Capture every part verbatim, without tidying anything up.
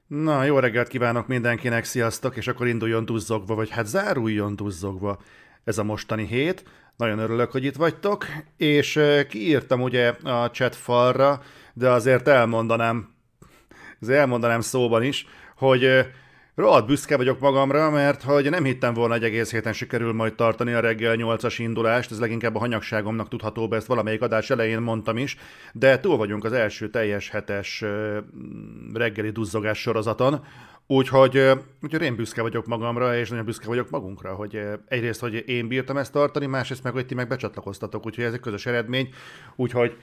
Na, jó reggelt kívánok mindenkinek, sziasztok, és akkor induljon duzzogva, vagy hát záruljon duzzogva ez a mostani hét. Nagyon örülök, hogy itt vagytok, és eh, kiírtam ugye a chat falra, de azért elmondanám, azért elmondanám szóban is, hogy eh, rohadt büszke vagyok magamra, mert hogy nem hittem volna, hogy egész héten sikerül majd tartani a reggel nyolcas indulást, ez leginkább a hanyagságomnak tudható be, ezt valamelyik adás elején mondtam is, de túl vagyunk az első teljes hetes ö, reggeli duzzogás sorozaton, úgyhogy, ö, úgyhogy én büszke vagyok magamra, és nagyon büszke vagyok magunkra, hogy ö, egyrészt, hogy én bírtam ezt tartani, másrészt meg, hogy ti meg becsatlakoztatok, úgyhogy ez egy közös eredmény, úgyhogy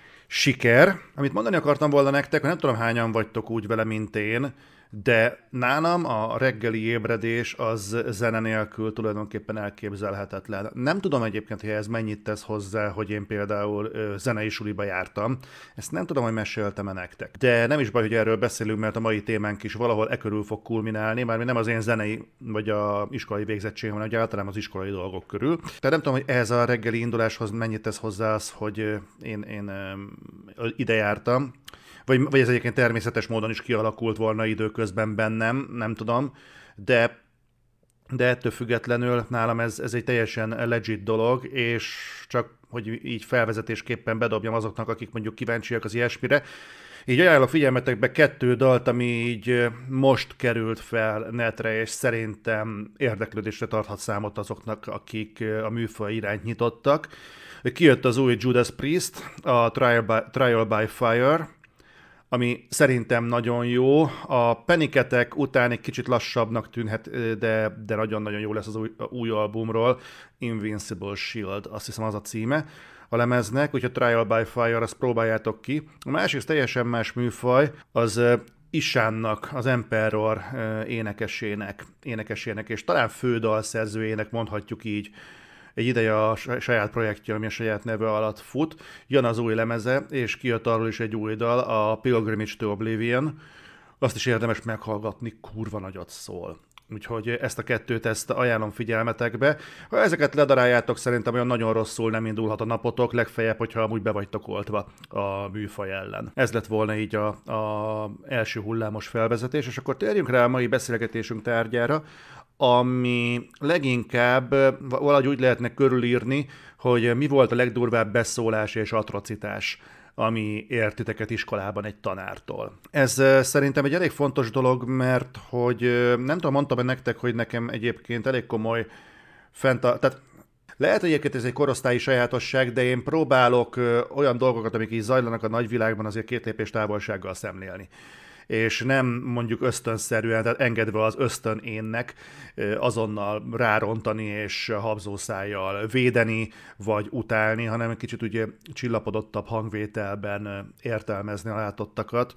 siker. Amit mondani akartam volna nektek, hogy nem tudom hányan vagytok úgy vele, mint én, de nálam a reggeli ébredés az zene nélkül tulajdonképpen elképzelhetetlen. Nem tudom egyébként, hogy ez mennyit tesz hozzá, hogy én például ö, zenei suliba jártam. Ezt nem tudom, hogy meséltem-e nektek. De nem is baj, hogy erről beszélünk, mert a mai témánk is valahol e körül fog kulminálni, már nem az én zenei vagy a iskolai végzettségem, hanem általában az iskolai dolgok körül. Tehát nem tudom, hogy ez a reggeli induláshoz mennyit tesz hozzá az, hogy ö, én, én ö, ide jártam. Vagy, vagy ez egyébként természetes módon is kialakult volna időközben bennem, nem tudom, de, de ettől függetlenül nálam ez, ez egy teljesen legit dolog, és csak hogy így felvezetésképpen bedobjam azoknak, akik mondjuk kíváncsiak az ilyesmire. Így ajánlok figyelmetekbe kettő dalt, ami így most került fel netre, és szerintem érdeklődésre tarthat számot azoknak, akik a műfaj irányt nyitottak. Kijött az új Judas Priest, a Trial by, Trial by Fire, ami szerintem nagyon jó. A Peniketek után egy kicsit lassabbnak tűnhet, de, de nagyon-nagyon jó lesz az új, új albumról. Invincible Shield, azt hiszem az a címe a lemeznek, úgyhogy Trial by Fire, azt próbáljátok ki. A másik teljesen más műfaj, az Isánnak, az Emperor énekesének, énekesének, és talán fődalszerzőjének mondhatjuk így, egy ideje a saját projektje, ami a saját neve alatt fut, jön az új lemeze, és kijött arról is egy új dal, a Pilgrimage to Oblivion. Azt is érdemes meghallgatni, kurva nagyot szól. Úgyhogy ezt a kettőt, ezt ajánlom figyelmetekbe. Ha ezeket ledaráljátok, szerintem olyan nagyon rosszul nem indulhat a napotok, legfeljebb, hogyha amúgy be vagytok oltva a műfaj ellen. Ez lett volna így a, a első hullámos felvezetés, és akkor térjünk rá a mai beszélgetésünk tárgyára, ami leginkább valahogy úgy lehetne körülírni, hogy mi volt a legdurvább beszólás és atrocitás, ami ért titeket iskolában egy tanártól. Ez szerintem egy elég fontos dolog, mert hogy nem tudom, mondtam-e nektek, hogy nekem egyébként elég komoly fent a... Tehát lehet, hogy egyébként ez egy korosztályi sajátosság, de én próbálok olyan dolgokat, amik így zajlanak a nagyvilágban, azért két lépés távolsággal szemlélni, és nem mondjuk ösztönszerűen, tehát engedve az ösztön énnek azonnal rárontani és habzószájjal védeni, vagy utálni, hanem egy kicsit ugye csillapodottabb hangvételben értelmezni a látottakat.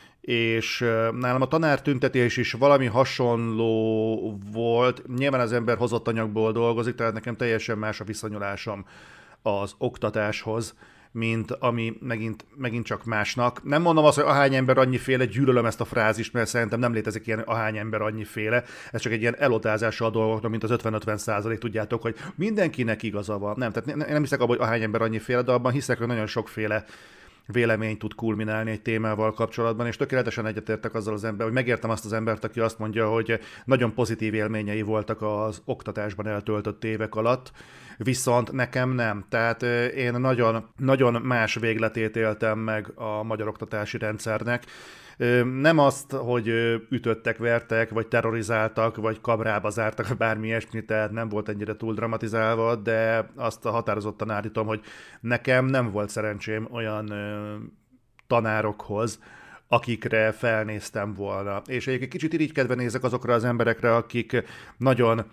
És nálam a tanártüntetés is valami hasonló volt. Nyilván az ember hozott anyagból dolgozik, tehát nekem teljesen más a viszonyulásom az oktatáshoz, mint ami megint, megint csak másnak. Nem mondom azt, hogy ahány ember annyiféle, gyűlölöm ezt a frázist, mert szerintem nem létezik ilyen ahány ember annyiféle. Ez csak egy ilyen elodázása a dolgoknak, mint az ötven-ötven százalék, tudjátok, hogy mindenkinek igaza van. Nem, tehát nem, nem hiszek abban, hogy ahány ember annyiféle, de abban hiszek, hogy nagyon sokféle vélemény tud kulminálni egy témával kapcsolatban, és tökéletesen egyetértek azzal az ember, hogy megértem azt az embert, aki azt mondja, hogy nagyon pozitív élményei voltak az oktatásban eltöltött évek alatt, viszont nekem nem. Tehát én nagyon, nagyon más végletét éltem meg a magyar oktatási rendszernek. Nem azt, hogy ütöttek, vertek, vagy terrorizáltak, vagy kabrába zártak, bármi ilyesmi, tehát nem volt ennyire túl dramatizálva, de azt határozottan állítom, hogy nekem nem volt szerencsém olyan tanárokhoz, akikre felnéztem volna. És egyébként kicsit irigykedve nézek azokra az emberekre, akik nagyon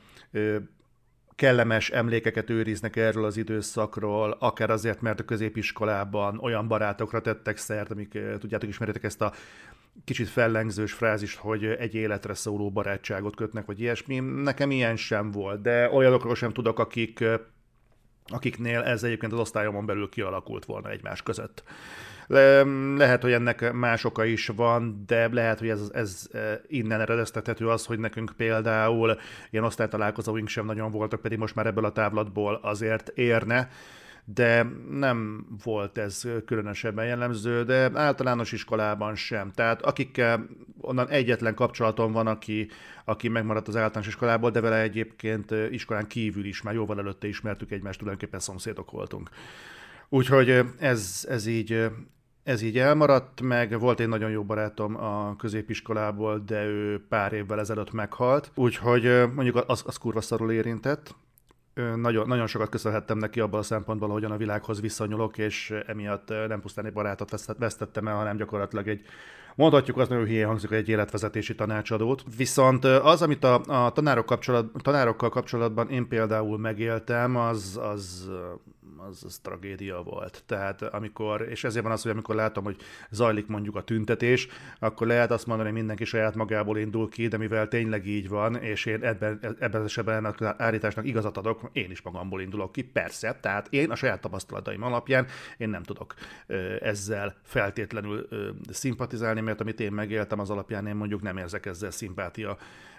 kellemes emlékeket őriznek erről az időszakról, akár azért, mert a középiskolában olyan barátokra tettek szert, amik, tudjátok, ismeritek ezt a kicsit fellengzős frázist, hogy egy életre szóló barátságot kötnek, vagy ilyesmi. Nekem ilyen sem volt, de olyanokról sem tudok, akik, akiknél ez egyébként az osztályomon belül kialakult volna egymás között. Le, lehet, hogy ennek más oka is van, de lehet, hogy ez, ez innen eredeztethető az, hogy nekünk például ilyen osztálytalálkozóink sem nagyon voltak, pedig most már ebből a távlatból azért érne, de nem volt ez különösebben jellemző, de általános iskolában sem. Tehát akikkel onnan egyetlen kapcsolatom van, aki, aki megmaradt az általános iskolából, de vele egyébként iskolán kívül is, már jóval előtte ismertük egymást, tulajdonképpen szomszédok voltunk. Úgyhogy ez, ez így... Ez így elmaradt, meg volt egy nagyon jó barátom a középiskolából, de ő pár évvel ezelőtt meghalt, úgyhogy mondjuk az, az kurva szarul érintett. Nagyon, nagyon sokat köszönhettem neki abban a szempontból, hogyan a világhoz viszonyulok, és emiatt nem pusztán egy barátot vesztettem el, hanem gyakorlatilag egy, mondhatjuk azt, nagyon hülyén hangzik, egy életvezetési tanácsadót. Viszont az, amit a, a tanárok kapcsolat, tanárokkal kapcsolatban én például megéltem, az, az, az, az tragédia volt. Tehát amikor, és ezért van az, hogy amikor látom, hogy zajlik mondjuk a tüntetés, akkor lehet azt mondani, hogy mindenki saját magából indul ki, de mivel tényleg így van, és én ebben, ebben az esetben az állításnak igazat adok, én is magamból indulok ki, persze. Tehát én a saját tapasztalataim alapján én nem tudok ezzel feltétlenül szimpatizálni, mert amit én megéltem, az alapján én mondjuk nem érzek ezzel szimpátia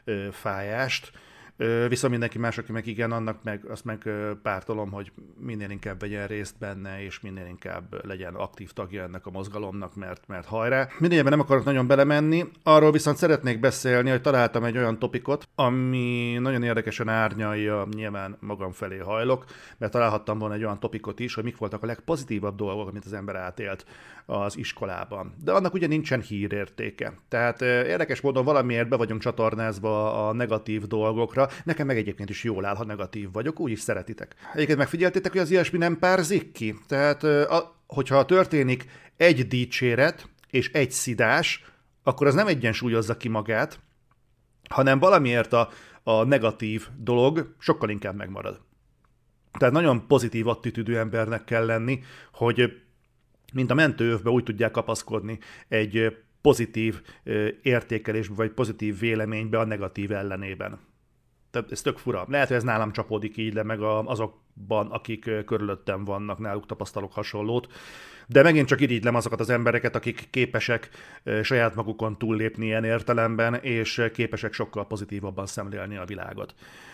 fájást. Viszont mindenki más, aki meg igen, annak meg, azt meg pártolom, hogy minél inkább vegyen részt benne, és minél inkább legyen aktív tagja ennek a mozgalomnak, mert, mert hajrá. Mindegyben nem akarok nagyon belemenni, arról viszont szeretnék beszélni, hogy találtam egy olyan topikot, ami nagyon érdekesen árnyalja, nyilván magam felé hajlok, mert találhattam volna egy olyan topikot is, hogy mik voltak a legpozitívabb dolgok, amit az ember átélt az iskolában. De annak ugye nincsen hírértéke. Tehát érdekes módon valamiért be vagyunk csatornázva a negatív dolgokra. Nekem meg egyébként is jól áll, ha negatív vagyok, úgyis szeretitek. Egyébként megfigyeltétek, hogy az ilyesmi nem párzik ki? Tehát, a, hogyha történik egy dicséret és egy szidás, akkor az nem egyensúlyozza ki magát, hanem valamiért a, a negatív dolog sokkal inkább megmarad. Tehát nagyon pozitív attitűdű embernek kell lenni, hogy mint a mentőövbe úgy tudják kapaszkodni egy pozitív értékelésbe, vagy pozitív véleménybe a negatív ellenében. Tehát ez tök fura. Lehet, hogy ez nálam csapódik így le, meg azokban, akik körülöttem vannak, náluk tapasztalok hasonlót. De megint csak irigylem azokat az embereket, akik képesek saját magukon túllépni ilyen értelemben, és képesek sokkal pozitívabban szemlélni a világot.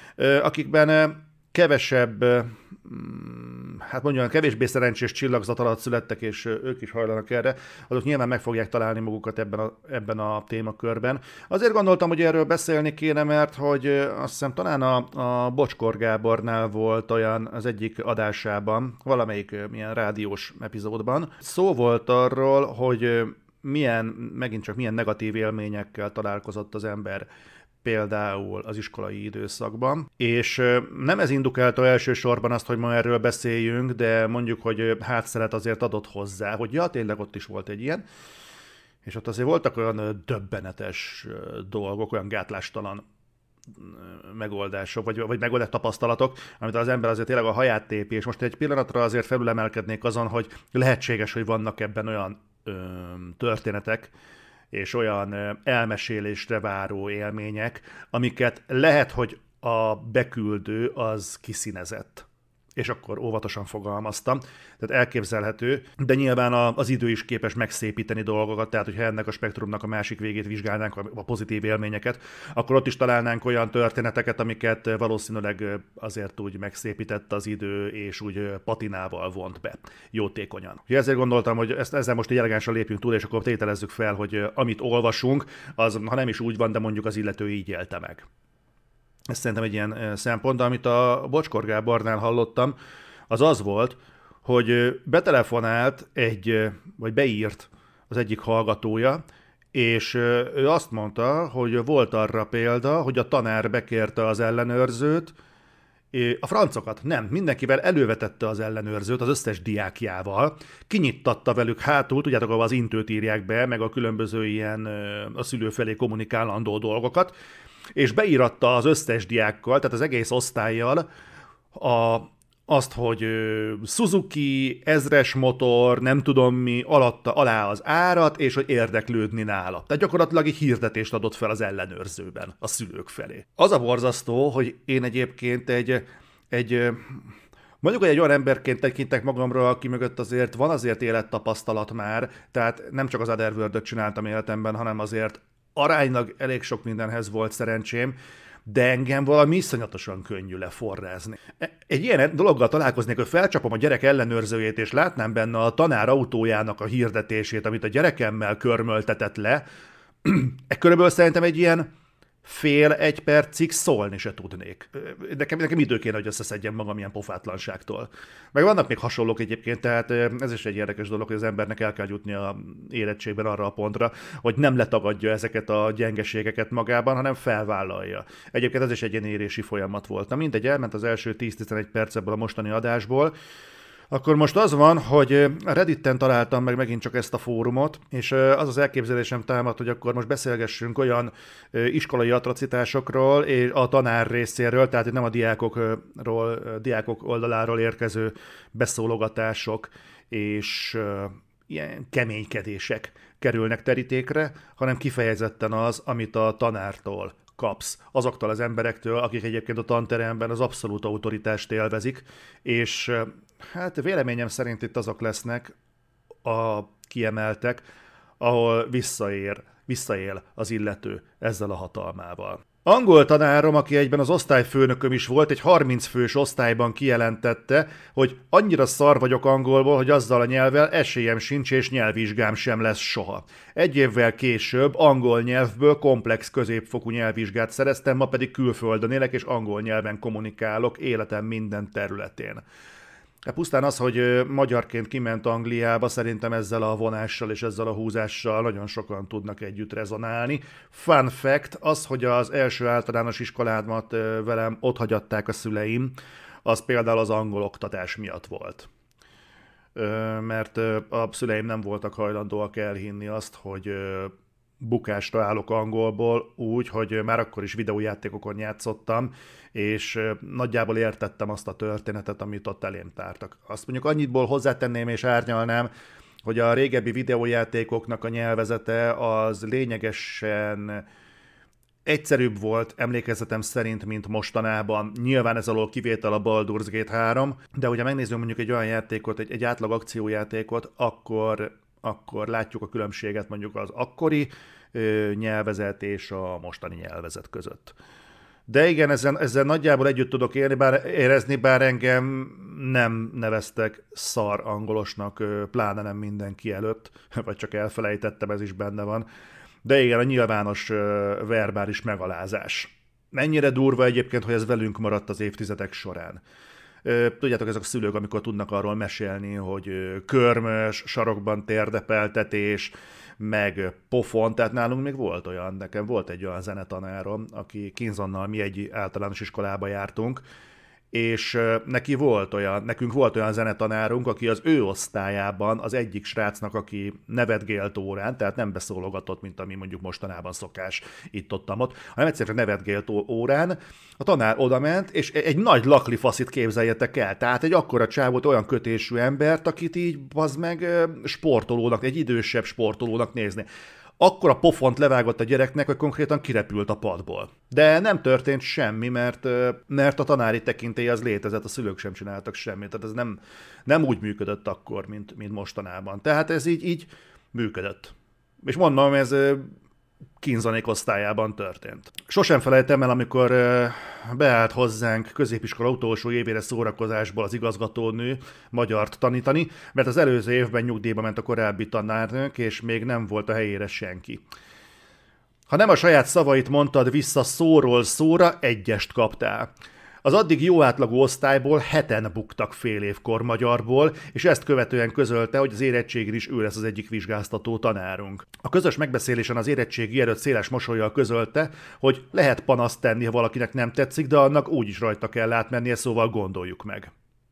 Akikben kevesebb, hát mondjam, kevésbé szerencsés csillagzat alatt születtek, és ők is hajlanak erre, azok nyilván meg fogják találni magukat ebben a, ebben a témakörben. Azért gondoltam, hogy erről beszélni kéne, mert hogy azt hiszem talán a, a Bocskor Gábornál volt olyan az egyik adásában, valamelyik milyen rádiós epizódban. Szó volt arról, hogy milyen, megint csak milyen negatív élményekkel találkozott az ember például az iskolai időszakban, és nem ez indukálta elsősorban azt, hogy ma erről beszéljünk, de mondjuk, hogy hátszelet azért adott hozzá, hogy ja, tényleg ott is volt egy ilyen, és ott azért voltak olyan döbbenetes dolgok, olyan gátlástalan megoldások, vagy, vagy megoldás tapasztalatok, amit az ember azért tényleg a haját tépi, és most egy pillanatra azért felülemelkednék azon, hogy lehetséges, hogy vannak ebben olyan ö, történetek, és olyan elmesélésre váró élmények, amiket lehet, hogy a beküldő az kiszínezett. És akkor óvatosan fogalmaztam. Tehát elképzelhető, de nyilván az idő is képes megszépíteni dolgokat, tehát hogyha ennek a spektrumnak a másik végét vizsgálnánk, a pozitív élményeket, akkor ott is találnánk olyan történeteket, amiket valószínűleg azért úgy megszépített az idő, és úgy patinával vont be jótékonyan. Ugye ezért gondoltam, hogy ezt, ezzel most így elegánsan lépjünk túl, és akkor tételezzük fel, hogy amit olvasunk, az ha nem is úgy van, de mondjuk az illető így élte meg. Ez szerintem egy ilyen szempont, de amit a Bocskor Gábornál hallottam, az az volt, hogy betelefonált egy, vagy beírt az egyik hallgatója, és ő azt mondta, hogy volt arra példa, hogy a tanár bekérte az ellenőrzőt, a francokat nem, mindenkivel elővetette az ellenőrzőt, az összes diákjával, kinyittatta velük hátul, tudjátok, ahol az intőt írják be, meg a különböző ilyen a szülő felé kommunikálandó dolgokat, és beíratta az összes diákkal, tehát az egész osztályjal a, azt, hogy Suzuki, ezres motor, nem tudom mi, alatta alá az árat, és hogy érdeklődni nála. Tehát gyakorlatilag egy hirdetést adott fel az ellenőrzőben a szülők felé. Az a borzasztó, hogy én egyébként egy, egy mondjuk, hogy egy olyan emberként tekintek magamra, aki mögött azért van azért élettapasztalat már, tehát nem csak az Otherworld-öt csináltam életemben, hanem azért aránylag elég sok mindenhez volt szerencsém, de engem valami iszonyatosan könnyű leforrázni. Egy ilyen dologgal találkoznék, hogy felcsapom a gyerek ellenőrzőjét, és látnám benne a tanár autójának a hirdetését, amit a gyerekemmel körmöltetett le, e körülbelül szerintem egy ilyen fél egy percig szólni se tudnék. Nekem, nekem idő kéne, hogy összeszedjem magam ilyen pofátlanságtól. Meg vannak még hasonlók egyébként, tehát ez is egy érdekes dolog, hogy az embernek el kell jutni a érettségben arra a pontra, hogy nem letagadja ezeket a gyengeségeket magában, hanem felvállalja. Egyébként ez is egy ilyen érési folyamat volt. Na mindegy, elment az első tíz-tizenegy perc ebből a mostani adásból. Akkor most az van, hogy a Redditen találtam meg megint csak ezt a fórumot, és az az elképzelésem támad, hogy akkor most beszélgessünk olyan iskolai atrocitásokról és a tanár részéről, tehát nem a diákokról, diákok oldaláról érkező beszólogatások és ilyen keménykedések kerülnek terítékre, hanem kifejezetten az, amit a tanártól kapsz, azoktól az emberektől, akik egyébként a tanteremben az abszolút autoritást élvezik, és hát véleményem szerint itt azok lesznek a kiemeltek, ahol visszaér, visszaél az illető ezzel a hatalmával. Angol tanárom, aki egyben az osztályfőnököm is volt, egy harminc fős osztályban kijelentette, hogy annyira szar vagyok angolból, hogy azzal a nyelvvel esélyem sincs és nyelvvizsgám sem lesz soha. Egy évvel később angol nyelvből komplex középfokú nyelvvizsgát szereztem, ma pedig külföldön élek és angol nyelven kommunikálok életem minden területén. Pusztán az, hogy magyarként kiment Angliába, szerintem ezzel a vonással és ezzel a húzással nagyon sokan tudnak együtt rezonálni. Fun fact, az, hogy az első általános iskolámat velem otthagyatták a szüleim, az például az angol oktatás miatt volt. Mert a szüleim nem voltak hajlandóak elhinni azt, hogy bukásra állok angolból úgy, hogy már akkor is videójátékokon játszottam, és nagyjából értettem azt a történetet, amit ott elém tártak. Azt mondjuk annyitból hozzátenném és árnyalnám, hogy a régebbi videójátékoknak a nyelvezete az lényegesen egyszerűbb volt emlékezetem szerint, mint mostanában. Nyilván ez alól kivétel a Baldur's Gate három, de hogyha megnézzük mondjuk egy olyan játékot, egy, egy átlag akciójátékot, akkor, akkor látjuk a különbséget mondjuk az akkori ö, nyelvezet és a mostani nyelvezet között. De igen, ezzel, ezzel nagyjából együtt tudok élni, bár érezni, bár engem nem neveztek szar angolosnak, pláne nem mindenki előtt, vagy csak elfelejtettem, ez is benne van. De igen, a nyilvános verbális megalázás. Mennyire durva egyébként, hogy ez velünk maradt az évtizedek során. Tudjátok, ezek a szülők, amikor tudnak arról mesélni, hogy körmös, sarokban térdepeltetés, meg pofon, tehát nálunk még volt olyan, nekem volt egy olyan zenetanárom, aki Kinzonnal mi egy általános iskolába jártunk, és neki volt olyan, nekünk volt olyan zenetanárunk, aki az ő osztályában az egyik srácnak, aki nevetgélt órán, tehát nem beszólogatott, mint ami mondjuk mostanában szokás itt-ott-ott, hanem egyszerűen nevetgélt órán, a tanár odament, és egy nagy laklifaszit képzeljetek el, tehát egy akkora csávot, olyan kötésű embert, akit így, bazd meg, sportolónak, egy idősebb sportolónak nézni. Akkor a pofont levágott a gyereknek, hogy konkrétan kirepült a padból. De nem történt semmi, mert, mert a tanári tekintély az létezett, a szülők sem csináltak semmit. Tehát ez nem, nem úgy működött akkor, mint, mint mostanában. Tehát ez így, így működött. És mondom, ez Kinzonék osztályában történt. Sosem felejtem el, amikor beállt hozzánk középiskola utolsó évére szórakozásból az igazgatónő magyart tanítani, mert az előző évben nyugdíjba ment a korábbi tanárnőnk, és még nem volt a helyére senki. Ha nem a saját szavait mondtad vissza szóról szóra, egyest kaptál. Az addig jó átlagú osztályból heten buktak fél évkor magyarból, és ezt követően közölte, hogy az érettségén is ő lesz az egyik vizsgáztató tanárunk. A közös megbeszélésen az érettségi előtt széles mosollyal közölte, hogy lehet panaszt tenni, ha valakinek nem tetszik, de annak úgyis rajta kell átmennie, szóval gondoljuk meg.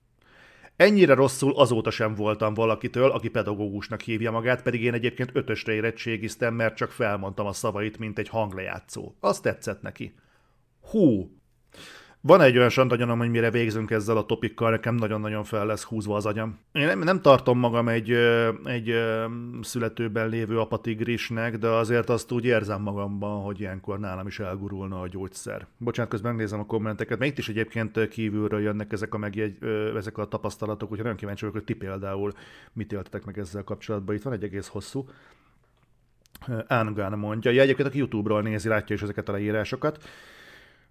Ennyire rosszul azóta sem voltam valakitől, aki pedagógusnak hívja magát, pedig én egyébként ötösre érettségiztem, mert csak felmondtam a szavait, mint egy hanglejátszó. Azt tetszett neki. Hú! Van egy olyan santagyanom, hogy mire végzünk ezzel a topikkal, nekem nagyon-nagyon fel lesz húzva az agyam. Én nem, nem tartom magam egy, egy születőben lévő apatigrisnek, de azért azt úgy érzem magamban, hogy ilyenkor nálam is elgurulna a gyógyszer. Bocsánat, közben megnézem a kommenteket, mert itt is egyébként kívülről jönnek ezek a, megjegy, ezek a tapasztalatok, úgyhogy nagyon kíváncsi vagyok, hogy ti például mit éltetek meg ezzel kapcsolatban. Itt van egy egész hosszú. Ángan mondja, ja, egyébként aki YouTube-ról nézi, látja is ezeket a leírásokat.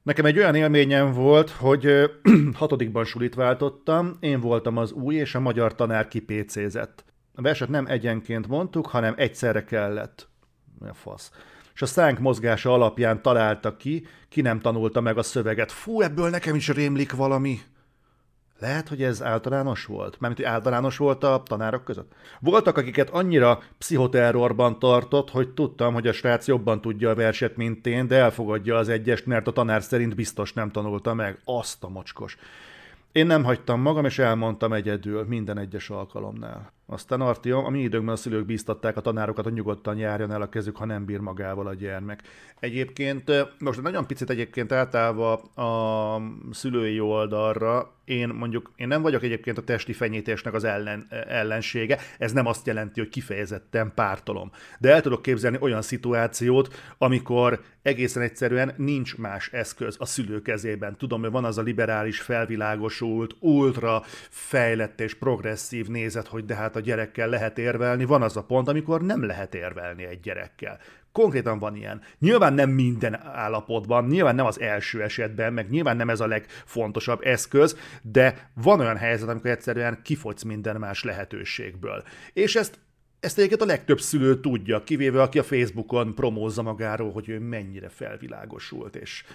Nekem egy olyan élményem volt, hogy ö, hatodikban sulit váltottam, én voltam az új, és a magyar tanár kipécézett. A verset nem egyenként mondtuk, hanem egyszerre kellett. Mi a fasz? És a szánk mozgása alapján találta ki, ki nem tanulta meg a szöveget. Fú, ebből nekem is rémlik valami. Lehet, hogy ez általános volt? Mármint, hogy általános volt a tanárok között? Voltak, akiket annyira pszichoterrorban tartott, hogy tudtam, hogy a srác jobban tudja a verset, mint én, de elfogadja az egyest, mert a tanár szerint biztos nem tanulta meg. Azt a mocskos. Én nem hagytam magam, és elmondtam egyedül minden egyes alkalomnál. Aztán Artyom, a mi időkben a szülők bíztatták a tanárokat, hogy nyugodtan járjon el a kezük, ha nem bír magával a gyermek. Egyébként, most nagyon picit egyébként átállva a szülői oldalra, én mondjuk, én nem vagyok egyébként a testi fenyítésnek az ellen, ellensége, ez nem azt jelenti, hogy kifejezetten pártolom. De el tudok képzelni olyan szituációt, amikor egészen egyszerűen nincs más eszköz a szülő kezében. Tudom, hogy van az a liberális, felvilágosult, ultra fejlett és progresszív nézet, hogy de hát a gyerekkel lehet érvelni, van az a pont, amikor nem lehet érvelni egy gyerekkel. Konkrétan van ilyen. Nyilván nem minden állapotban, nyilván nem az első esetben, meg nyilván nem ez a legfontosabb eszköz, de van olyan helyzet, amikor egyszerűen kifogysz minden más lehetőségből. És ezt Ezt egyébként a legtöbb szülő tudja, kivéve aki a Facebookon promózza magáról, hogy ő mennyire felvilágosult és,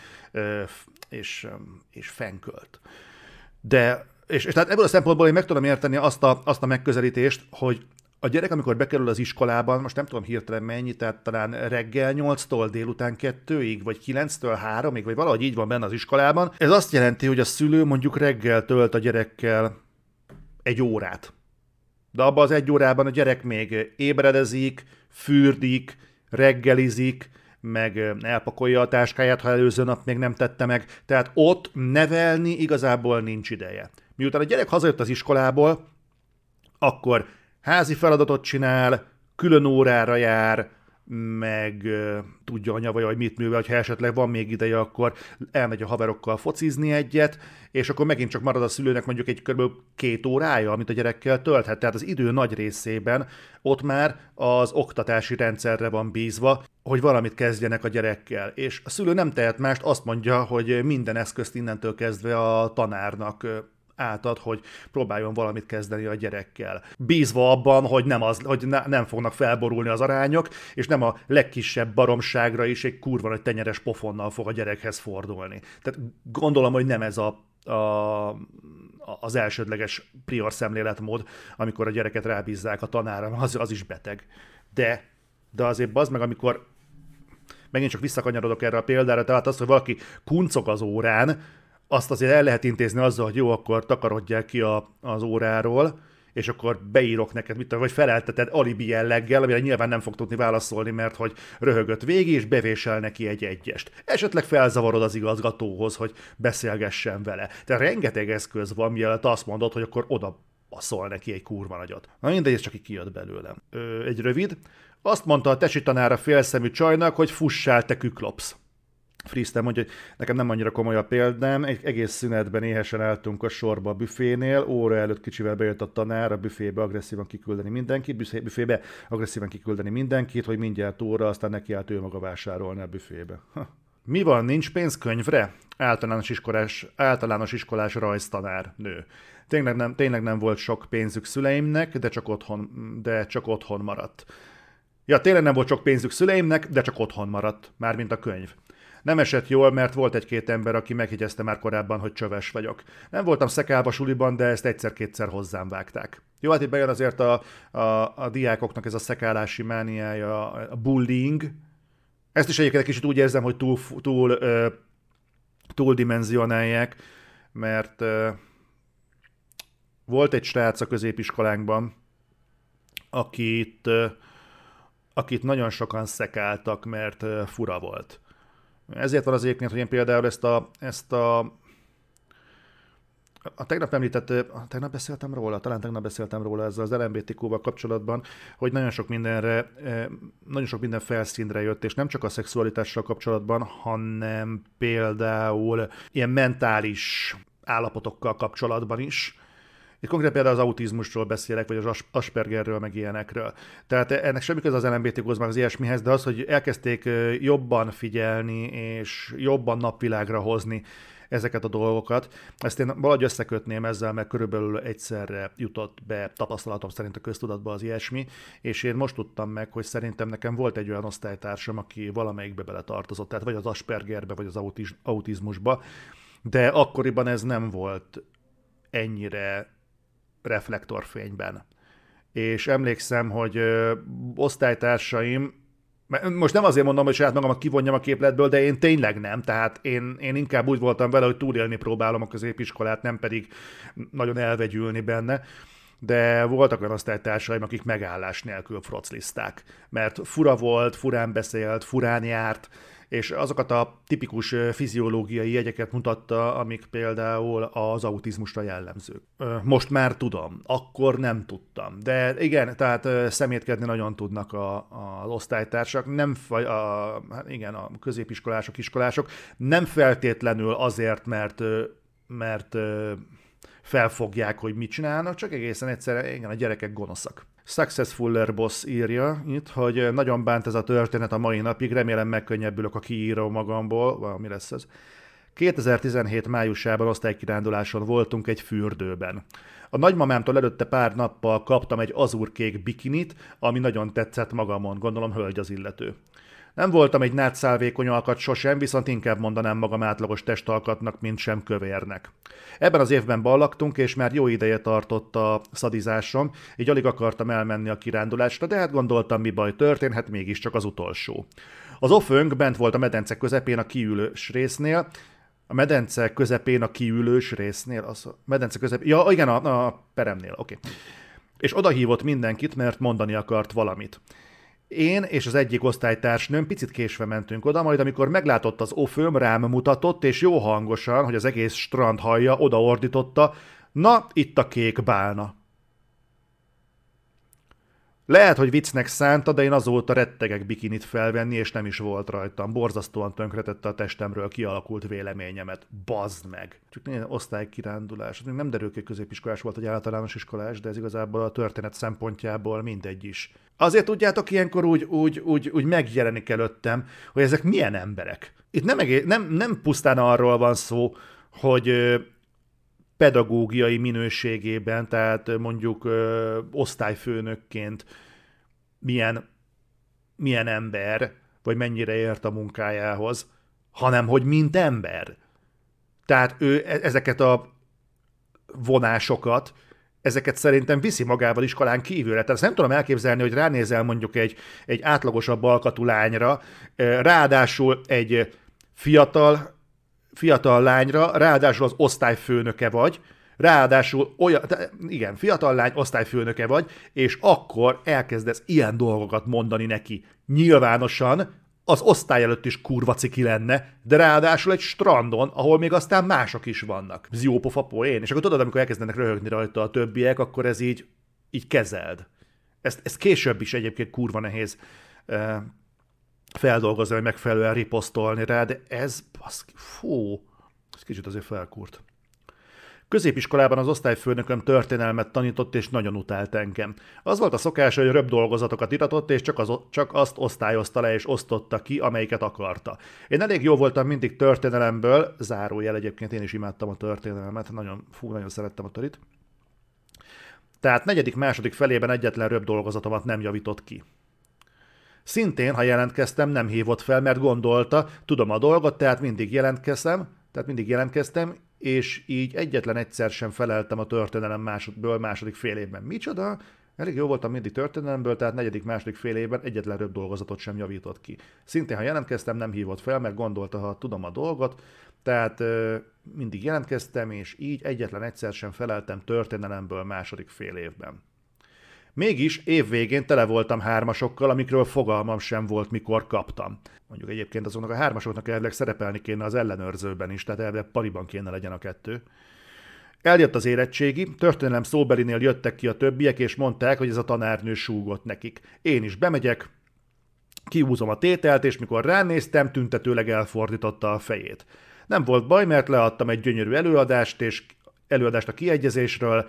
és, és fenkölt. De, és, és tehát ebből a szempontból én meg tudom érteni azt a, azt a megközelítést, hogy a gyerek, amikor bekerül az iskolában, most nem tudom hirtelen mennyi, tehát talán reggel nyolctól délután kettőig, vagy kilenctől háromig, vagy valahogy így van benne az iskolában. Ez azt jelenti, hogy a szülő mondjuk reggel tölt a gyerekkel egy órát. De abban az egy órában a gyerek még ébredezik, fürdik, reggelizik, meg elpakolja a táskáját, ha előző nap még nem tette meg. Tehát ott nevelni igazából nincs ideje. Miután a gyerek hazajött az iskolából, akkor házi feladatot csinál, külön órára jár, meg uh, tudja a nyavaja, hogy mit művel, ha esetleg van még ideje, akkor elmegy a haverokkal focizni egyet, és akkor megint csak marad a szülőnek mondjuk egy kb. Két órája, amit a gyerekkel tölthet. Tehát az idő nagy részében ott már az oktatási rendszerre van bízva, hogy valamit kezdjenek a gyerekkel. És a szülő nem tehet mást, azt mondja, hogy minden eszközt innentől kezdve a tanárnak átad, hogy próbáljon valamit kezdeni a gyerekkel. Bízva abban, hogy nem, az, hogy ne, nem fognak felborulni az arányok, és nem a legkisebb baromságra is egy kurva nagy tenyeres pofonnal fog a gyerekhez fordulni. Tehát gondolom, hogy nem ez a, a, az elsődleges prior szemléletmód, amikor a gyereket rábízzák a tanára, az, az is beteg. De, de azért bazd meg, amikor megint csak visszakanyarodok erre a példára, tehát az, hogy valaki kuncog az órán, azt azért el lehet intézni azzal, hogy jó, akkor takarodjál ki a, az óráról, és akkor beírok neked, mit tudom, vagy felelteted alibi jelleggel, amire nyilván nem fog tudni válaszolni, mert hogy röhögött végig, és bevésel neki egy egyest. Esetleg felzavarod az igazgatóhoz, hogy beszélgessen vele. Tehát rengeteg eszköz van, mielőtt azt mondod, hogy akkor oda baszol neki egy kurva nagyot. Na mindegy, ez csak így kijött belőlem. Ö, egy rövid. Azt mondta a tesi tanár a félszemű csajnak, hogy fussál, te küklopsz. Friszten mondja, hogy nekem nem annyira komoly a példám, egy egész szünetben éhesen álltunk a sorba a büfénél, óra előtt kicsivel bejött a tanár a büfébe agresszívan kiküldeni mindenkit, büfébe agresszívan kiküldeni mindenkit, hogy mindjárt óra, aztán neki állt ő maga vásárolni a büfébe. Ha. Mi van, nincs pénz könyvre? Általános iskolás, általános iskolás rajztanár nő. Tényleg nem, tényleg nem volt sok pénzük szüleimnek, de csak otthon, de csak otthon maradt. Ja, tényleg nem volt sok pénzük szüleimnek, de csak otthon maradt, mármint a könyv. Nem esett jól, mert volt egy-két ember, aki megjegyezte már korábban, hogy csöves vagyok. Nem voltam szekálva suliban, de ezt egyszer-kétszer hozzám vágták. Jó, hát itt bejön azért a, a, a diákoknak ez a szekálási mániája, a bullying. Ezt is egyébként egy kicsit úgy érzem, hogy túl, túl, uh, túl dimenzionálják, mert uh, volt egy srác a középiskolánkban, akit, uh, akit nagyon sokan szekáltak, mert uh, fura volt. Ezért van az egyébként, hogy én például ezt a, ezt a, a tegnap említett, a tegnap beszéltem róla, talán tegnap beszéltem róla ezzel az el em bé té kúval kapcsolatban, hogy nagyon sok mindenre, nagyon sok minden felszínre jött, és nem csak a szexualitással kapcsolatban, hanem például ilyen mentális állapotokkal kapcsolatban is, Itt konkrétan például az autizmusról beszélek, vagy az Aspergerről, meg ilyenekről. Tehát ennek semmi köze az el em bé té kóhoz, meg az ilyesmihez, de az, hogy elkezdték jobban figyelni, és jobban napvilágra hozni ezeket a dolgokat. Ezt én valahogy összekötném ezzel, mert körülbelül egyszerre jutott be tapasztalatom szerint a köztudatba az ilyesmi, és én most tudtam meg, hogy szerintem nekem volt egy olyan osztálytársam, aki valamelyikbe bele tartozott, tehát vagy az Aspergerbe, vagy az autiz- autizmusba, de akkoriban ez nem volt ennyire reflektorfényben. És emlékszem, hogy ö, osztálytársaim, most nem azért mondom, hogy saját magamat kivonjam a képletből, de én tényleg nem, tehát én, én inkább úgy voltam vele, hogy túlélni próbálom a középiskolát, nem pedig nagyon elvegyülni benne, de voltak olyan osztálytársaim, akik megállás nélkül froclizták, mert fura volt, furán beszélt, furán járt, és azokat a tipikus fiziológiai jegyeket mutatta, amik például az autizmusra jellemzők. Most már tudom, akkor nem tudtam. De igen, tehát szemétkedni nagyon tudnak a, a, az osztálytársak, nem, a, igen, a középiskolások, iskolások, nem feltétlenül azért, mert, mert felfogják, hogy mit csinálnak, csak egészen egyszerűen igen, a gyerekek gonoszak. Successfuller Boss írja itt, hogy nagyon bánt ez a történet a mai napig, remélem megkönnyebbülök, a kiíró magamból, valami lesz ez. kétezer-tizenhét májusában osztálykiránduláson voltunk egy fürdőben. A nagymamámtól előtte pár nappal kaptam egy azurkék bikinit, ami nagyon tetszett magamon, gondolom hölgy az illető. Nem voltam egy nátszálvékony alkat sosem, viszont inkább mondanám magam átlagos testalkatnak, mint sem kövérnek. Ebben az évben ballagtunk, és már jó ideje tartott a szadizásom, így alig akartam elmenni a kirándulásra, de hát gondoltam, mi baj történhet, mégiscsak az utolsó. Az ofőnk bent volt a medence közepén a kiülős résznél, a medence közepén a kiülős résznél, az a medence közepén, ja igen, a, a peremnél, oké. Okay. És odahívott mindenkit, mert mondani akart valamit. Én és az egyik osztálytársnőm picit késve mentünk oda, majd amikor meglátott az ofőm, rám mutatott, és jó hangosan, hogy az egész strand hallja, odaordította, na, itt a kék bálna. Lehet, hogy viccnek szánta, de én azóta rettegek bikinit felvenni, és nem is volt rajtam. Borzasztóan tönkretette a testemről kialakult véleményemet. Bazd meg! Csak néha osztálykirándulás. Nem derül ki, középiskolás volt, egy általános iskolás, de ez igazából a történet szempontjából mindegy is. Azért tudjátok, ilyenkor úgy, úgy, úgy, úgy megjelenik előttem, hogy ezek milyen emberek. Itt nem, egész, nem, nem pusztán arról van szó, hogy pedagógiai minőségében, tehát mondjuk ö, osztályfőnökként milyen, milyen ember, vagy mennyire ért a munkájához, hanem hogy mint ember. Tehát ő ezeket a vonásokat, ezeket szerintem viszi magával iskolán kívülre. Tehát ezt nem tudom elképzelni, hogy ránézel mondjuk egy, egy átlagosabb alkatú lányra, ráadásul egy fiatal fiatal lányra, ráadásul az osztályfőnöke vagy, ráadásul olyan, igen, fiatal lány, osztályfőnöke vagy, és akkor elkezdesz ilyen dolgokat mondani neki. Nyilvánosan az osztály előtt is kurva ciki lenne, de ráadásul egy strandon, ahol még aztán mások is vannak. Ez jó pofa poén. És akkor tudod, amikor elkezdenek röhögni rajta a többiek, akkor ez így, így kezeld. Ezt, ezt később is egyébként kurva nehéz uh, feldolgozni, vagy megfelelően riposztolni rá, de ez, baszki, fú, ez kicsit azért felkúrt. Középiskolában az osztályfőnököm történelmet tanított, és nagyon utált engem. Az volt a szokás, hogy röbb dolgozatokat iratott, és csak, az, csak azt osztályozta le, és osztotta ki, amelyiket akarta. Én elég jó voltam mindig történelemből, zárójel egyébként, én is imádtam a történelmet, nagyon, fú, nagyon szerettem a törit. Tehát negyedik, második felében egyetlen röbb dolgozatomat nem javított ki. Szintén, ha jelentkeztem, nem hívott fel, mert gondolta, tudom a dolgot, tehát mindig jelentkeztem, tehát mindig jelentkeztem, és így egyetlen egyszer sem feleltem a történelem másodból második fél évben. Micsoda? Elég jó voltam mindig történelemből, tehát negyedik, második fél évben egyetlen röbb dolgozatot sem javított ki. Szintén, ha jelentkeztem, nem hívott fel, mert gondolta, ha tudom a dolgot, tehát ö, mindig jelentkeztem, és így egyetlen egyszer sem feleltem történelemből második fél évben. Mégis évvégén tele voltam hármasokkal, amikről fogalmam sem volt, mikor kaptam. Mondjuk egyébként azoknak a hármasoknak elvileg szerepelni kéne az ellenőrzőben is, tehát elvileg pariban kéne legyen a kettő. Eljött az érettségi, történelem szóbelinél jöttek ki a többiek, és mondták, hogy ez a tanárnő súgott nekik. Én is bemegyek, kihúzom a tételt, és mikor ránéztem, tüntetőleg elfordította a fejét. Nem volt baj, mert leadtam egy gyönyörű előadást, és előadást a kiegyezésről,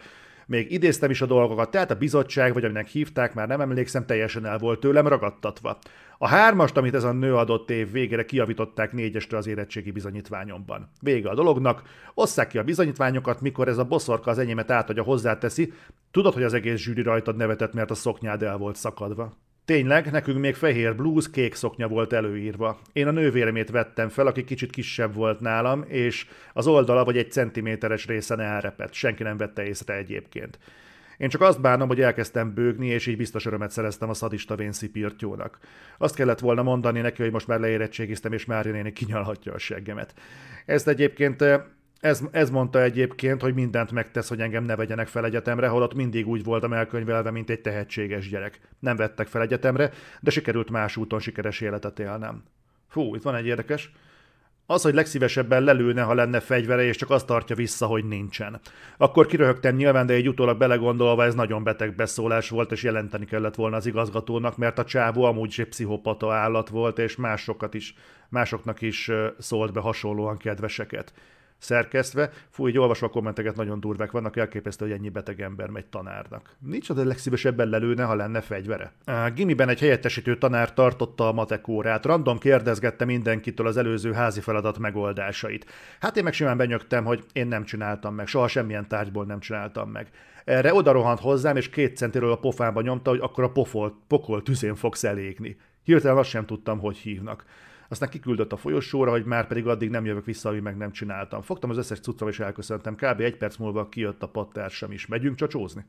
Még idéztem is a dolgokat, tehát a bizottság, vagy aminek hívták, már nem emlékszem, teljesen el volt tőlem ragadtatva. A hármast, amit ez a nő adott év végére, kijavították négyesre az érettségi bizonyítványomban. Vége a dolognak, osszák ki a bizonyítványokat, mikor ez a boszorka az enyémet átadja, hozzáteszi. Tudod, hogy az egész zsűri rajtad nevetett, mert a szoknyád el volt szakadva. Tényleg, nekünk még fehér blúz, kék szoknya volt előírva. Én a nővéremét vettem fel, aki kicsit kisebb volt nálam, és az oldala vagy egy centiméteres részen elrepett. Senki nem vette észre egyébként. Én csak azt bánom, hogy elkezdtem bőgni, és így biztos örömet szereztem a szadista vénszipirtyónak. Azt kellett volna mondani neki, hogy most már leérettségiztem, és Mária néni kinyalhatja a seggemet. Ezt egyébként... Ez, ez mondta egyébként, hogy mindent megtesz, hogy engem ne vegyenek fel egyetemre, holott mindig úgy voltam elkönyvelve, mint egy tehetséges gyerek. Nem vettek fel egyetemre, de sikerült más úton sikeres életet élnem. Fú, itt van egy érdekes. Az, hogy legszívesebben lelőne, ha lenne fegyvere, és csak azt tartja vissza, hogy nincsen. Akkor kiröhögtem nyilván, de egy utólag belegondolva ez nagyon beteg beszólás volt, és jelenteni kellett volna az igazgatónak, mert a csávó amúgy is egy pszichopata állat volt, és másokat is, másoknak is szólt be hasonlóan kedveseket. Szerkesztve, fú, így olvasva a kommenteket, nagyon durvák vannak, elképesztő, hogy ennyi beteg ember megy tanárnak. Nincs az, legszívesebben lelőne, ha lenne fegyvere. A gimiben egy helyettesítő tanár tartotta a matek órát, random kérdezgette mindenkitől az előző házi feladat megoldásait. Hát én meg simán benyögtem, hogy én nem csináltam meg, soha semmilyen tárgyból nem csináltam meg. Erre odarohant hozzám, és két centiről a pofába nyomta, hogy akkor a pofol, pokol tüzén fogsz elégni. Hirtelen azt sem tudtam, hogy hívnak. Aztán kiküldött a folyosóra, hogy már pedig addig nem jövök vissza, amíg meg nem csináltam. Fogtam az összes cuccom és elköszöntem. Kb. Egy perc múlva kijött a padtársam is. Megyünk csacsózni?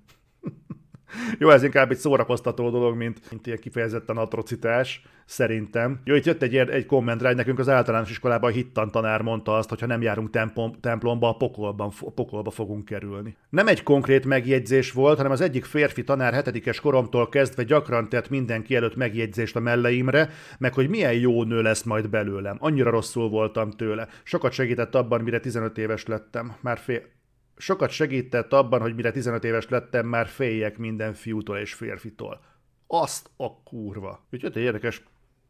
Jó, ez inkább egy szórakoztató dolog, mint, mint ilyen kifejezetten atrocitás, szerintem. Jó, itt jött egy, egy komment rá, hogy nekünk az általános iskolában a hittan tanár mondta azt, hogy ha nem járunk templom, templomba, a pokolban, a pokolba fogunk kerülni. Nem egy konkrét megjegyzés volt, hanem az egyik férfi tanár hetedikes koromtól kezdve gyakran tett mindenki előtt megjegyzést a melleimre, meg hogy milyen jó nő lesz majd belőlem. Annyira rosszul voltam tőle. Sokat segített abban, mire tizenöt éves lettem. Már fél... Sokat segített abban, hogy mire tizenöt éves lettem, már féljek minden fiútól és férfitól. Azt a kurva. Úgyhogy egy érdekes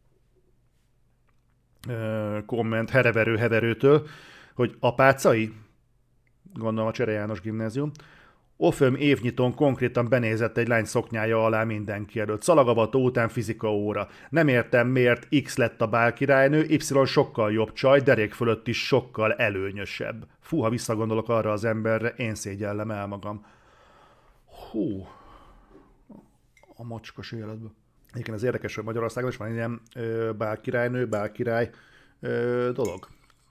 ö, komment hereverő-heverőtől, hogy apácai, gondolom a Csere János gimnázium, Oföm évnyitón konkrétan benézett egy lány szoknyája alá mindenki előtt. Szalagavató után fizika óra. Nem értem, miért X lett a bálkirálynő, Y sokkal jobb csaj, derék fölött is sokkal előnyösebb. Fú, ha visszagondolok arra az emberre, én szégyellem el magam. Hú, a macskos életben. Egyébként az érdekes, hogy Magyarországon is van ilyen ö, bálkirálynő, bálkirály ö, dolog.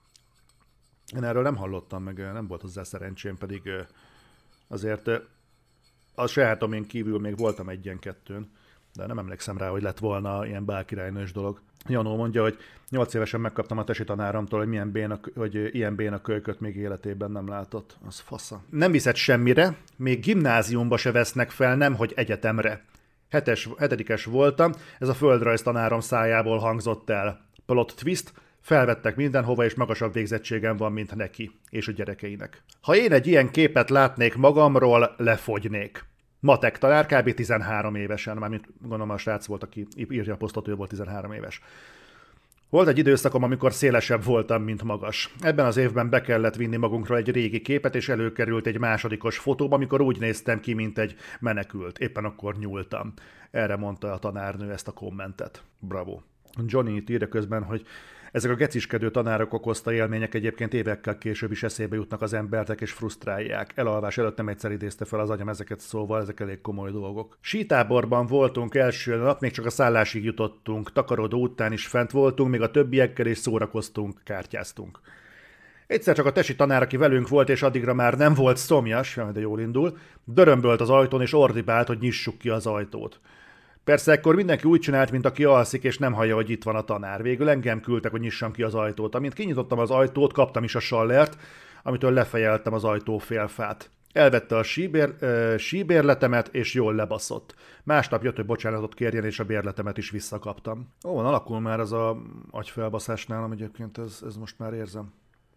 Én erről nem hallottam, meg nem volt hozzá szerencsém, pedig... Ö, Azért a sajátomén kívül még voltam egy ilyen kettőn, de nem emlékszem rá, hogy lett volna ilyen bálkirálynős dolog. Janó mondja, hogy nyolc évesen megkaptam a tesi tanáramtól, hogy, milyen béna, hogy ilyen béna kölyköt még életében nem látott. Az fasza. Nem viszed semmire, még gimnáziumba se vesznek fel, nemhogy egyetemre. Hetes, hetedikes voltam, ez a földrajz tanárom szájából hangzott el. Plot twist, felvettek mindenhova, és magasabb végzettségem van, mint neki, és a gyerekeinek. Ha én egy ilyen képet látnék magamról, lefogynék. Matek tanár kb. tizenhárom évesen, mármint gondolom a srác volt, aki írja a posztot, ő volt tizenhárom éves. Volt egy időszakom, amikor szélesebb voltam, mint magas. Ebben az évben be kellett vinni magunkról egy régi képet, és előkerült egy másodikos fotóba, amikor úgy néztem ki, mint egy menekült. Éppen akkor nyúltam. Erre mondta a tanárnő ezt a kommentet. Bravo. Johnny itt írja közben, hogy ezek a geciskedő tanárok okozta élmények egyébként évekkel később is eszébe jutnak az embertek és frusztrálják. Elalvás előtt nem egyszer idézte fel az agyam ezeket, szóval ezek elég komoly dolgok. Sítáborban voltunk első nap, még csak a szállásig jutottunk, takarodó után is fent voltunk, még a többiekkel is szórakoztunk, kártyáztunk. Egyszer csak a tesi tanár, aki velünk volt, és addigra már nem volt szomjas, de jól indul, dörömbölt az ajtón, és ordibált, hogy nyissuk ki az ajtót. Persze ekkor mindenki úgy csinált, mint aki alszik, és nem hallja, hogy itt van a tanár. Végül engem küldtek, hogy nyissam ki az ajtót. Amint kinyitottam az ajtót, kaptam is a sallert, amitől lefejeltem az ajtó félfát. Elvette a síbér, ö, síbérletemet, és jól lebaszott. Másnap jött, hogy bocsánatot kérjen, és a bérletemet is visszakaptam. Ó, van, alakul már az a agyfelbaszás nálam, egyébként ez, ez most már érzem.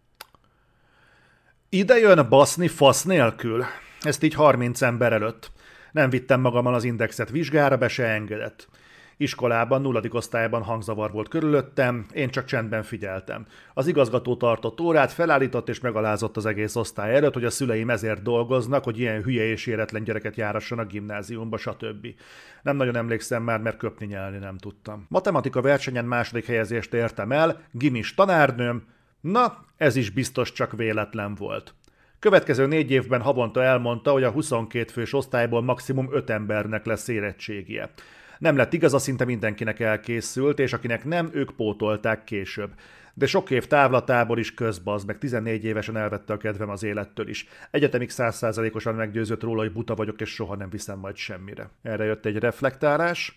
Ide jön baszni fasz nélkül. Ezt így harminc ember előtt. Nem vittem magammal az indexet vizsgára, be se engedett. Iskolában, nulladik osztályban hangzavar volt körülöttem, én csak csendben figyeltem. Az igazgató tartott órát, felállított és megalázott az egész osztály előtt, hogy a szüleim ezért dolgoznak, hogy ilyen hülye és éretlen gyereket járassanak gimnáziumba, stb. Nem nagyon emlékszem már, mert köpni nyelni nem tudtam. Matematika versenyen második helyezést értem el, gimis tanárnőm, na, ez is biztos csak véletlen volt. Következő négy évben havonta elmondta, hogy a huszonkét fős osztályból maximum öt embernek lesz érettségie. Nem lett igaza, szinte mindenkinek elkészült, és akinek nem, ők pótolták később. De sok év távlatából is közbazd, meg tizennégy évesen elvette a kedvem az élettől is. Egyetemig száz százalékosan meggyőzött róla, hogy buta vagyok, és soha nem viszem majd semmire. Erre jött egy reflektálás,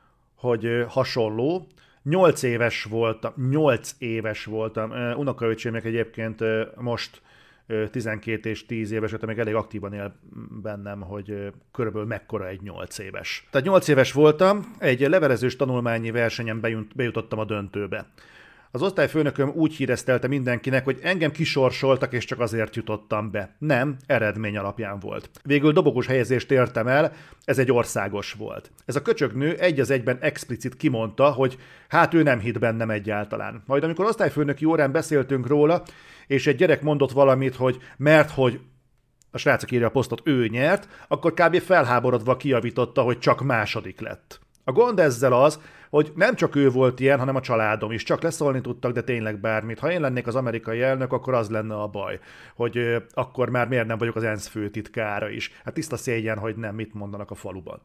hogy hasonló. Nyolc éves voltam, nyolc éves voltam. Unokaöcsémek egyébként most tizenkét és tíz éves, tehát még elég aktívan él bennem, hogy körülbelül mekkora egy nyolc éves. Tehát nyolc éves voltam, egy levelezős tanulmányi versenyen bejutottam a döntőbe. Az osztályfőnököm úgy híresztelte mindenkinek, hogy engem kisorsoltak, és csak azért jutottam be. Nem, eredmény alapján volt. Végül dobogós helyezést értem el, ez egy országos volt. Ez a köcsögnő egy az egyben explicit kimondta, hogy hát ő nem hitt bennem egyáltalán. Majd amikor osztályfőnöki órán beszéltünk róla, és egy gyerek mondott valamit, hogy mert hogy a srácok írja a posztot, ő nyert, akkor kb. Felháborodva kijavította, hogy csak második lett. A gond ezzel az, hogy nem csak ő volt ilyen, hanem a családom is. Csak leszólni tudtak, de tényleg bármit. Ha én lennék az amerikai elnök, akkor az lenne a baj, hogy ö, akkor már miért nem vagyok az ENSZ főtitkára is. Hát tiszta szégyen, hogy nem, mit mondanak a faluban.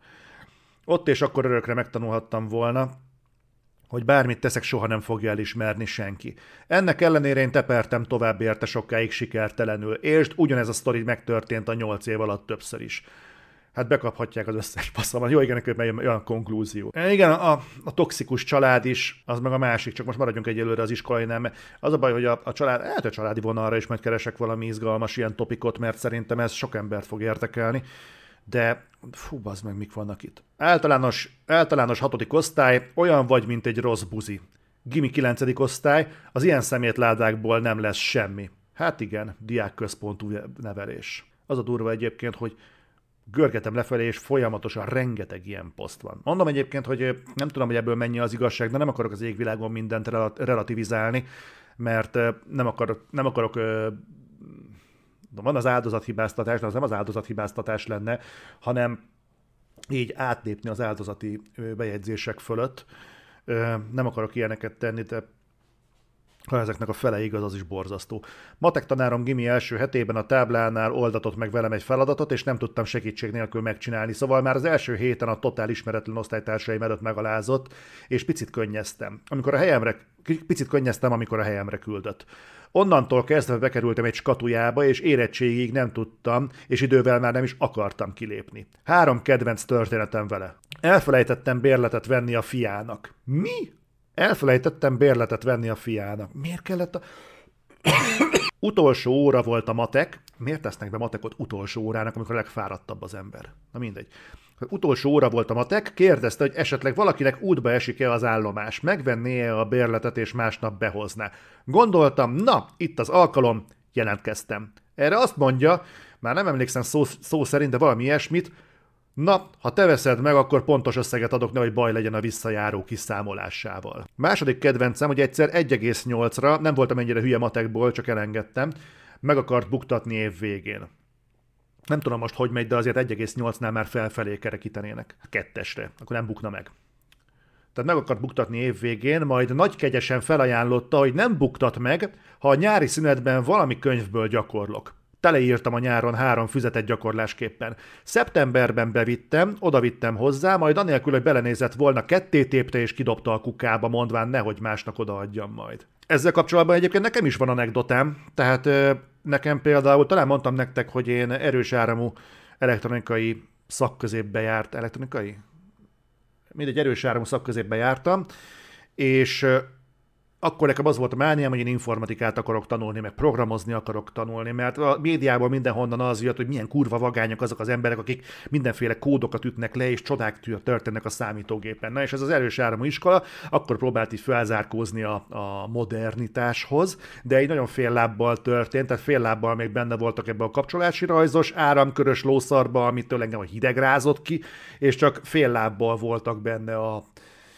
Ott és akkor örökre megtanulhattam volna, hogy bármit teszek, soha nem fogja elismerni senki. Ennek ellenére én tepertem tovább érte sokáig sikertelenül, és ugyanez a sztori megtörtént a nyolc év alatt többször is. Hát bekaphatják az összes passzamat. Jó, igen, nekem megy olyan konklúzió. Igen, a, a toxikus család is, az meg a másik, csak most maradjunk egyelőre az iskolai nem. Az a baj, hogy a, a család, hát a családi vonalra is majd keresek valami izgalmas ilyen topikot, mert szerintem ez sok embert fog érdekelni. De fú, bazd meg, mik vannak itt. Általános, általános hatodik osztály, olyan vagy, mint egy rossz buzi. Gimi kilencedik osztály, az ilyen szemétládákból nem lesz semmi. Hát igen, diákközpontú nevelés. Az a durva egyébként, hogy görgetem lefelé, és folyamatosan rengeteg ilyen poszt van. Mondom egyébként, hogy nem tudom, hogy ebből mennyi az igazság, de nem akarok az égvilágon mindent relativizálni, mert nem akarok, nem akarok van az áldozathibáztatás, de az nem az áldozathibáztatás lenne, hanem így átlépni az áldozati bejegyzések fölött. Nem akarok ilyeneket tenni, de ha ezeknek a fele igaz, az is borzasztó. Matek tanárom gimi első hetében a táblánál oldatott meg velem egy feladatot, és nem tudtam segítség nélkül megcsinálni, szóval már az első héten a totál ismeretlen osztálytársaim előtt megalázott, és picit könnyeztem. Amikor a helyemre, picit könnyeztem, amikor a helyemre küldött. Onnantól kezdve bekerültem egy skatujába, és érettségig nem tudtam, és idővel már nem is akartam kilépni. Három kedvenc történetem vele. Elfelejtettem bérletet venni a fiának. Mi? Elfelejtettem bérletet venni a fiának. Miért kellett a... Utolsó óra volt a matek. Miért tesznek be matekot utolsó órának, amikor a legfáradtabb az ember? Na mindegy. Utolsó óra volt a matek, kérdezte, hogy esetleg valakinek útba esik-e az állomás, megvenné-e a bérletet és másnap behozná. Gondoltam, na, itt az alkalom, jelentkeztem. Erre azt mondja, már nem emlékszem szó, szó szerint, de valami ilyesmit, na, ha te veszed meg, akkor pontos összeget adok, nehogy baj legyen a visszajáró kiszámolásával. Második kedvencem, hogy egyszer egy egész nyolcra, nem voltam ennyire hülye matekból, csak elengedtem, meg akart buktatni év végén. Nem tudom most, hogy megy, de azért egy egész nyolcnál már felfelé kerekítenének. Kettesre, akkor nem bukna meg. Tehát meg akart buktatni év végén, majd nagy kegyesen felajánlotta, hogy nem buktat meg, ha a nyári szünetben valami könyvből gyakorlok. Teleírtam a nyáron három füzetet gyakorlásképpen. Szeptemberben bevittem, odavittem hozzá, majd anélkül, hogy belenézett volna, ketté tépte és kidobta a kukába, mondván nehogy másnak odaadjam majd. Ezzel kapcsolatban egyébként nekem is van anekdotám, tehát nekem például, talán mondtam nektek, hogy én erős áramú elektronikai szakközépbe járt, elektronikai? Mindegy, erős áramú szakközépbe jártam, és akkor nekem az volt a mániám, hogy én informatikát akarok tanulni, meg programozni akarok tanulni, mert a médiából mindenhonnan az jött, hogy milyen kurva vagányok azok az emberek, akik mindenféle kódokat ütnek le, és csodák történnek a számítógépen. Na, és ez az erős áramú iskola akkor próbált így felzárkózni a, a modernitáshoz, de egy nagyon fél lábbal történt, tehát fél lábbal még benne voltak ebben a kapcsolási rajzos, áramkörös lószarba, amitől engem a hideg rázott ki, és csak fél lábbal voltak benne a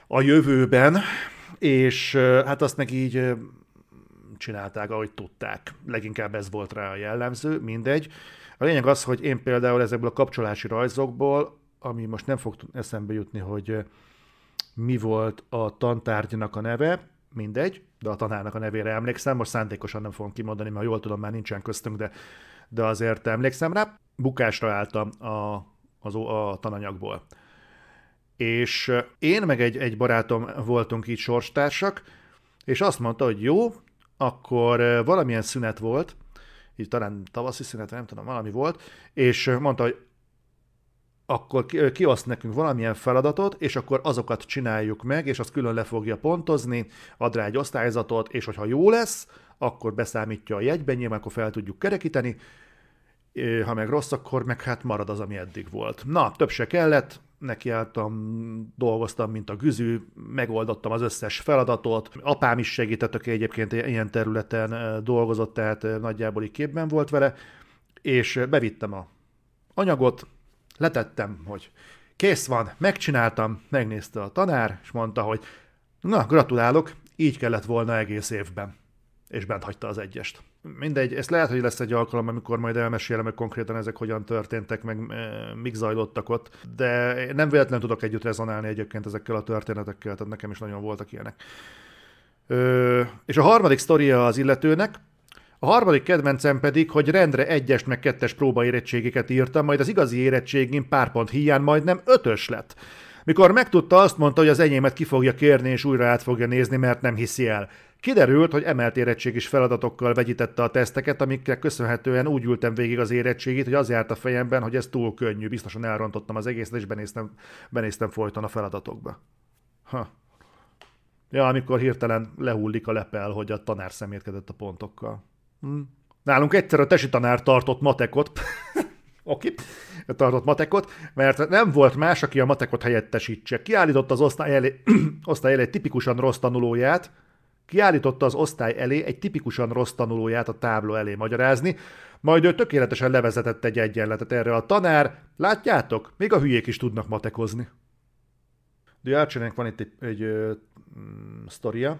a jövőben, és hát azt meg így csinálták, ahogy tudták. Leginkább ez volt rá a jellemző, mindegy. A lényeg az, hogy én például ezekből a kapcsolási rajzokból, ami most nem fog eszembe jutni, hogy mi volt a tantárgynak a neve, mindegy, de a tanárnak a nevére emlékszem, most szándékosan nem fogom kimondani, mert jól tudom, már nincsen köztünk, de, de azért emlékszem rá. Bukásra álltam a, az, a tananyagból. És én meg egy, egy barátom voltunk így sorstársak, és azt mondta, hogy jó, akkor valamilyen szünet volt, így talán tavaszi szünet, nem tudom, valami volt, és mondta, hogy akkor kioszt nekünk valamilyen feladatot, és akkor azokat csináljuk meg, és azt külön le fogja pontozni, ad rá egy osztályzatot, és hogyha jó lesz, akkor beszámítja a jegyben, nyilván akkor fel tudjuk kerekíteni, ha meg rossz, akkor meg hát marad az, ami eddig volt. Na, több se kellett, nekiálltam, dolgoztam, mint a güzű, megoldottam az összes feladatot, apám is segített, aki egyébként ilyen területen dolgozott, tehát nagyjából így képben volt vele, és bevittem a anyagot, letettem, hogy kész van, megcsináltam, megnézte a tanár, és mondta, hogy na, gratulálok, így kellett volna egész évben. És bent hagyta az egyest. Mindegy, ez lehet, hogy lesz egy alkalom, amikor majd elmesélem, hogy konkrétan ezek hogyan történtek, meg e, mik zajlottak ott, de nem véletlenül tudok együtt rezonálni egyébként ezekkel a történetekkel, tehát nekem is nagyon voltak ilyenek. Ö, és a harmadik sztoria az illetőnek, a harmadik kedvencem pedig, hogy rendre egyes meg kettes próbaérettségeket írtam, majd az igazi érettségim pár pont hiány majdnem ötös lett. Mikor megtudta, azt mondta, hogy az enyémet ki fogja kérni, és újra át fogja nézni, mert nem hiszi el. Kiderült, hogy emelt érettségis feladatokkal vegyítette a teszteket, amikkel köszönhetően úgy ültem végig az érettségit, hogy az járt a fejemben, hogy ez túl könnyű. Biztosan elrontottam az egészet, és benéztem, benéztem folyton a feladatokba. Ha. Ja, amikor hirtelen lehullik a lepel, hogy a tanár szemétkedett a pontokkal. Hm. Nálunk egyszer a tesi tanár tartott matekot, oké, okay. tartott matekot, mert nem volt más, aki a matekot helyettesítse. Kiállította az osztály elé, osztály elé egy tipikusan rossz tanulóját, Kiállította az osztály elé egy tipikusan rossz tanulóját a tábló elé magyarázni, majd ő tökéletesen levezetett egy egyenletet erre a tanár. Látjátok? Még a hülyék is tudnak matekozni. De Archie-nek van itt egy, egy ö, mm, sztoria.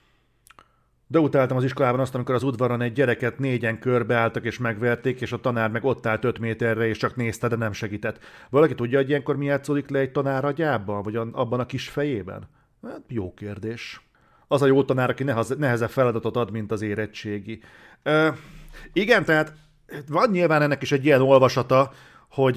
De utáltam az iskolában azt, amikor az udvaron egy gyereket négyen körbeálltak és megverték, és a tanár meg ott állt öt méterre, és csak nézte, de nem segített. Valaki tudja, hogy ilyenkor mi játszódik le egy tanár agyában, vagy abban a kis fejében? Hát, jó kérdés. Az a jó tanár, aki nehezebb feladatot ad, mint az érettségi. Ö, igen, tehát van nyilván ennek is egy ilyen olvasata, hogy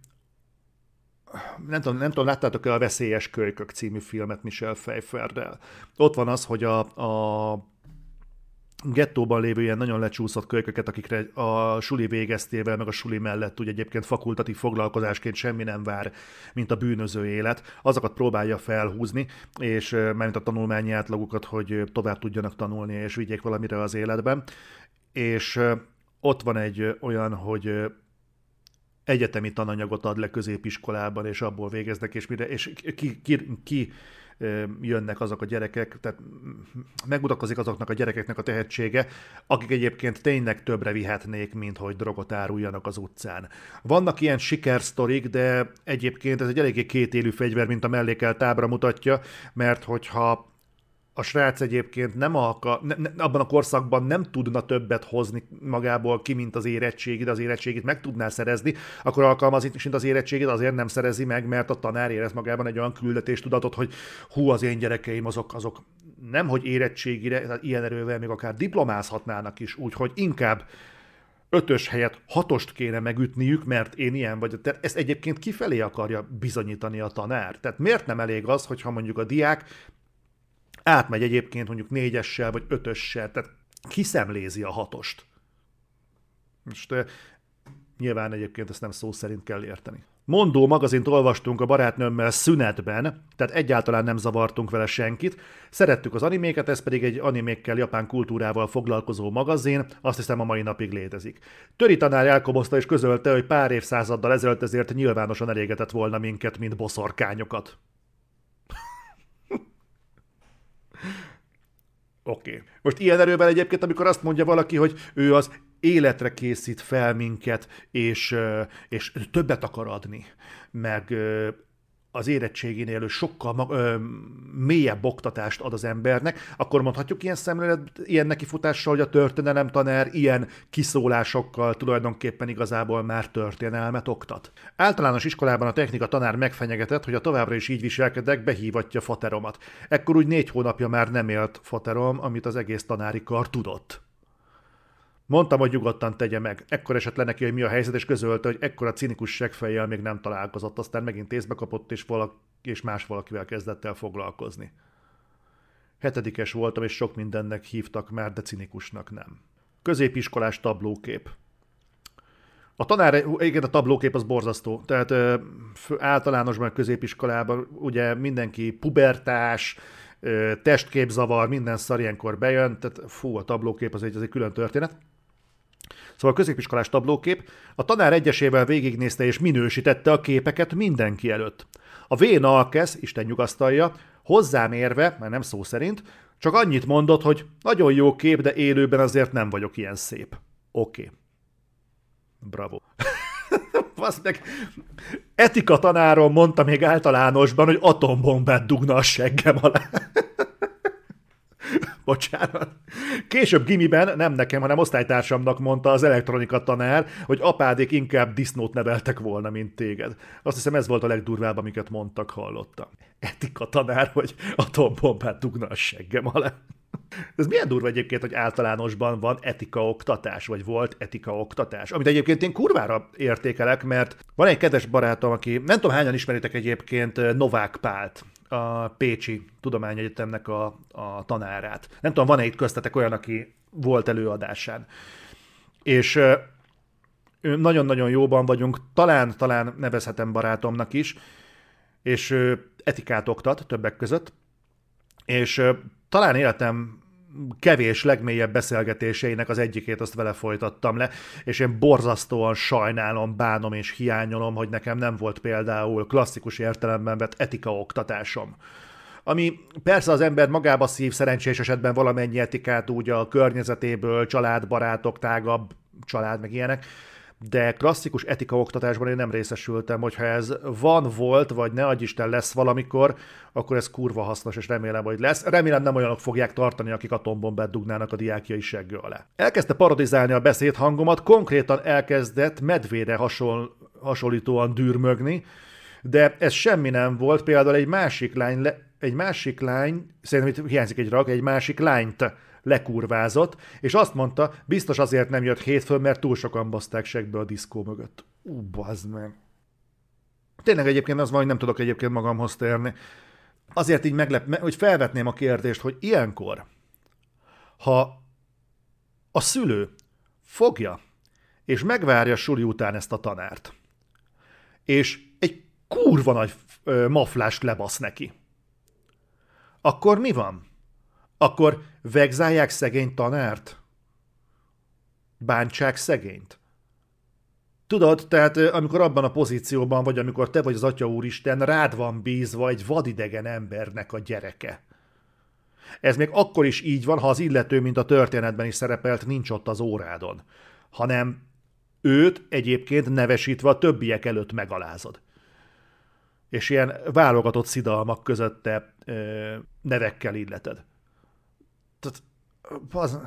nem tudom, nem tudom, láttátok-e a Veszélyes kölykök című filmet Michel Pfeifferrel? Ott van az, hogy a, a gettóban lévő ilyen nagyon lecsúszott kölyköket, akikre a suli végeztével, meg a suli mellett úgy egyébként fakultatív foglalkozásként semmi nem vár, mint a bűnöző élet, azokat próbálja felhúzni, és mármint a tanulmányi átlagukat, hogy tovább tudjanak tanulni, és vigyék valamire az életben. És ott van egy olyan, hogy egyetemi tananyagot ad le középiskolában, és abból végeznek, és, mire, és ki, ki, ki jönnek azok a gyerekek, tehát megmutatkozik azoknak a gyerekeknek a tehetsége, akik egyébként tényleg többre vihetnék, mint hogy drogot áruljanak az utcán. Vannak ilyen sikersztorik, de egyébként ez egy eléggé kétélű fegyver, mint a mellékelt ábra mutatja, mert hogyha a srác egyébként nem akar, ne, ne, abban a korszakban nem tudna többet hozni magából ki, mint az érettségi, de az érettségit meg tudná szerezni, akkor alkalmazni, mint az érettségit azért nem szerezi meg, mert a tanár érez magában egy olyan küldetéstudatot, hogy hú, az én gyerekeim azok, azok nem, hogy érettségire, tehát ilyen erővel még akár diplomázhatnának is, úgyhogy inkább ötös helyett hatost kéne megütniük, mert én ilyen vagyok. Tehát ezt egyébként kifelé akarja bizonyítani a tanár. Tehát miért nem elég az, hogyha mondjuk a diák átmegy egyébként mondjuk négyessel vagy ötössel, tehát kiszemlézi a hatost. Most uh, nyilván egyébként ezt nem szó szerint kell érteni. Mondó magazint olvastunk a barátnőmmel szünetben, tehát egyáltalán nem zavartunk vele senkit. Szerettük az animéket, ez pedig egy animékkel, japán kultúrával foglalkozó magazin, azt hiszem a mai napig létezik. Töri tanár elkobozta és közölte, hogy pár évszázaddal ezelőtt ezért nyilvánosan elégetett volna minket, mint boszorkányokat. Oké. Okay. Most ilyen erővel egyébként, amikor azt mondja valaki, hogy ő az életre készít fel minket, és, és többet akar adni, meg az érettségénél ő sokkal mag- ö, mélyebb oktatást ad az embernek, akkor mondhatjuk ilyen szemlélet, ilyen nekifutással, hogy a történelem tanár ilyen kiszólásokkal tulajdonképpen igazából már történelmet oktat. Általános iskolában a technika tanár megfenyegetett, hogy a továbbra is így viselkedek, behívatja fateromat. Ekkor úgy négy hónapja már nem élt faterom, amit az egész tanári kar tudott. Mondtam, hogy nyugodtan tegye meg. Ekkor esett le neki, hogy mi a helyzet, és közölte, hogy ekkora cinikus seggfejjel még nem találkozott, aztán megint észbe kapott, és, valaki, és más valakivel kezdett el foglalkozni. Hetedikes voltam, és sok mindennek hívtak már, de cinikusnak nem. Középiskolás tablókép. A tanár, igen, a tablókép az borzasztó. Tehát ö, általánosban középiskolában ugye mindenki pubertás, ö, testképzavar, minden szar ilyenkor bejön, tehát fú, a tablókép az egy, az egy külön történet. Szóval a középiskolás tablókép, a tanár egyesével végignézte és minősítette a képeket mindenki előtt. A vén alkesz, Isten nyugasztalja, hozzám érve, már nem szó szerint, csak annyit mondott, hogy nagyon jó kép, de élőben azért nem vagyok ilyen szép. Oké. Okay. Bravo. Basz meg, etika tanárom mondta még általánosban, hogy atombombát dugna a seggem alá. Bocsánat. Később gimiben, nem nekem, hanem osztálytársamnak mondta az elektronika tanár, hogy apádék inkább disznót neveltek volna, mint téged. Azt hiszem, ez volt a legdurvább, amiket mondtak, hallottam. Etika tanár, hogy atombombát dugna a seggem alá. Ez milyen durva egyébként, hogy általánosban van etika oktatás, vagy volt etika oktatás, amit egyébként én kurvára értékelek, mert van egy kedves barátom, aki, nem tudom hányan ismeritek egyébként, Novák Pált, a Pécsi Tudományegyetemnek a, a tanárát. Nem tudom, van-e itt köztetek olyan, aki volt előadásán. És nagyon-nagyon jóban vagyunk, talán, talán nevezhetem barátomnak is, és etikát oktat többek között, és talán életem kevés, legmélyebb beszélgetéseinek az egyikét azt vele folytattam le, és én borzasztóan sajnálom, bánom és hiányolom, hogy nekem nem volt például klasszikus értelemben vett etika oktatásom. Ami persze az ember magába szív szerencsés esetben valamennyi etikát úgy a környezetéből, család, barátok, tágabb család, meg ilyenek, de klasszikus etika oktatásban én nem részesültem, hogyha ez van, volt, vagy ne adj Isten lesz valamikor, akkor ez kurva hasznos, és remélem, hogy lesz. Remélem nem olyanok fogják tartani, akik atombombát dugnának a diákjai seggő alá. Elkezdte parodizálni a beszédhangomat, konkrétan elkezdett medvére hasonl- hasonlítóan dűrmögni, de ez semmi nem volt, például egy másik lány, le- egy másik lány, szerintem itt hiányzik egy rak, egy másik lányt lekurvázott, és azt mondta, biztos azért nem jött hétfőn, mert túl sokan baszták seggbe a diszkó mögött. Ú, bazd meg. Tényleg egyébként az van, hogy nem tudok egyébként magamhoz térni. Azért így meglep, hogy felvetném a kérdést, hogy ilyenkor, ha a szülő fogja, és megvárja suli után ezt a tanárt, és egy kurva nagy ö, maflást lebasz neki, akkor mi van? Akkor vegzálják szegény tanárt? Bántsák szegényt? Tudod, tehát amikor abban a pozícióban vagy, amikor te vagy az Atya Úristen, rád van bízva egy vadidegen embernek a gyereke. Ez még akkor is így van, ha az illető, mint a történetben is szerepelt, nincs ott az órádon, hanem őt egyébként nevesítve a többiek előtt megalázod. És ilyen válogatott szidalmak közötte ö, nevekkel illeted. Tehát, az...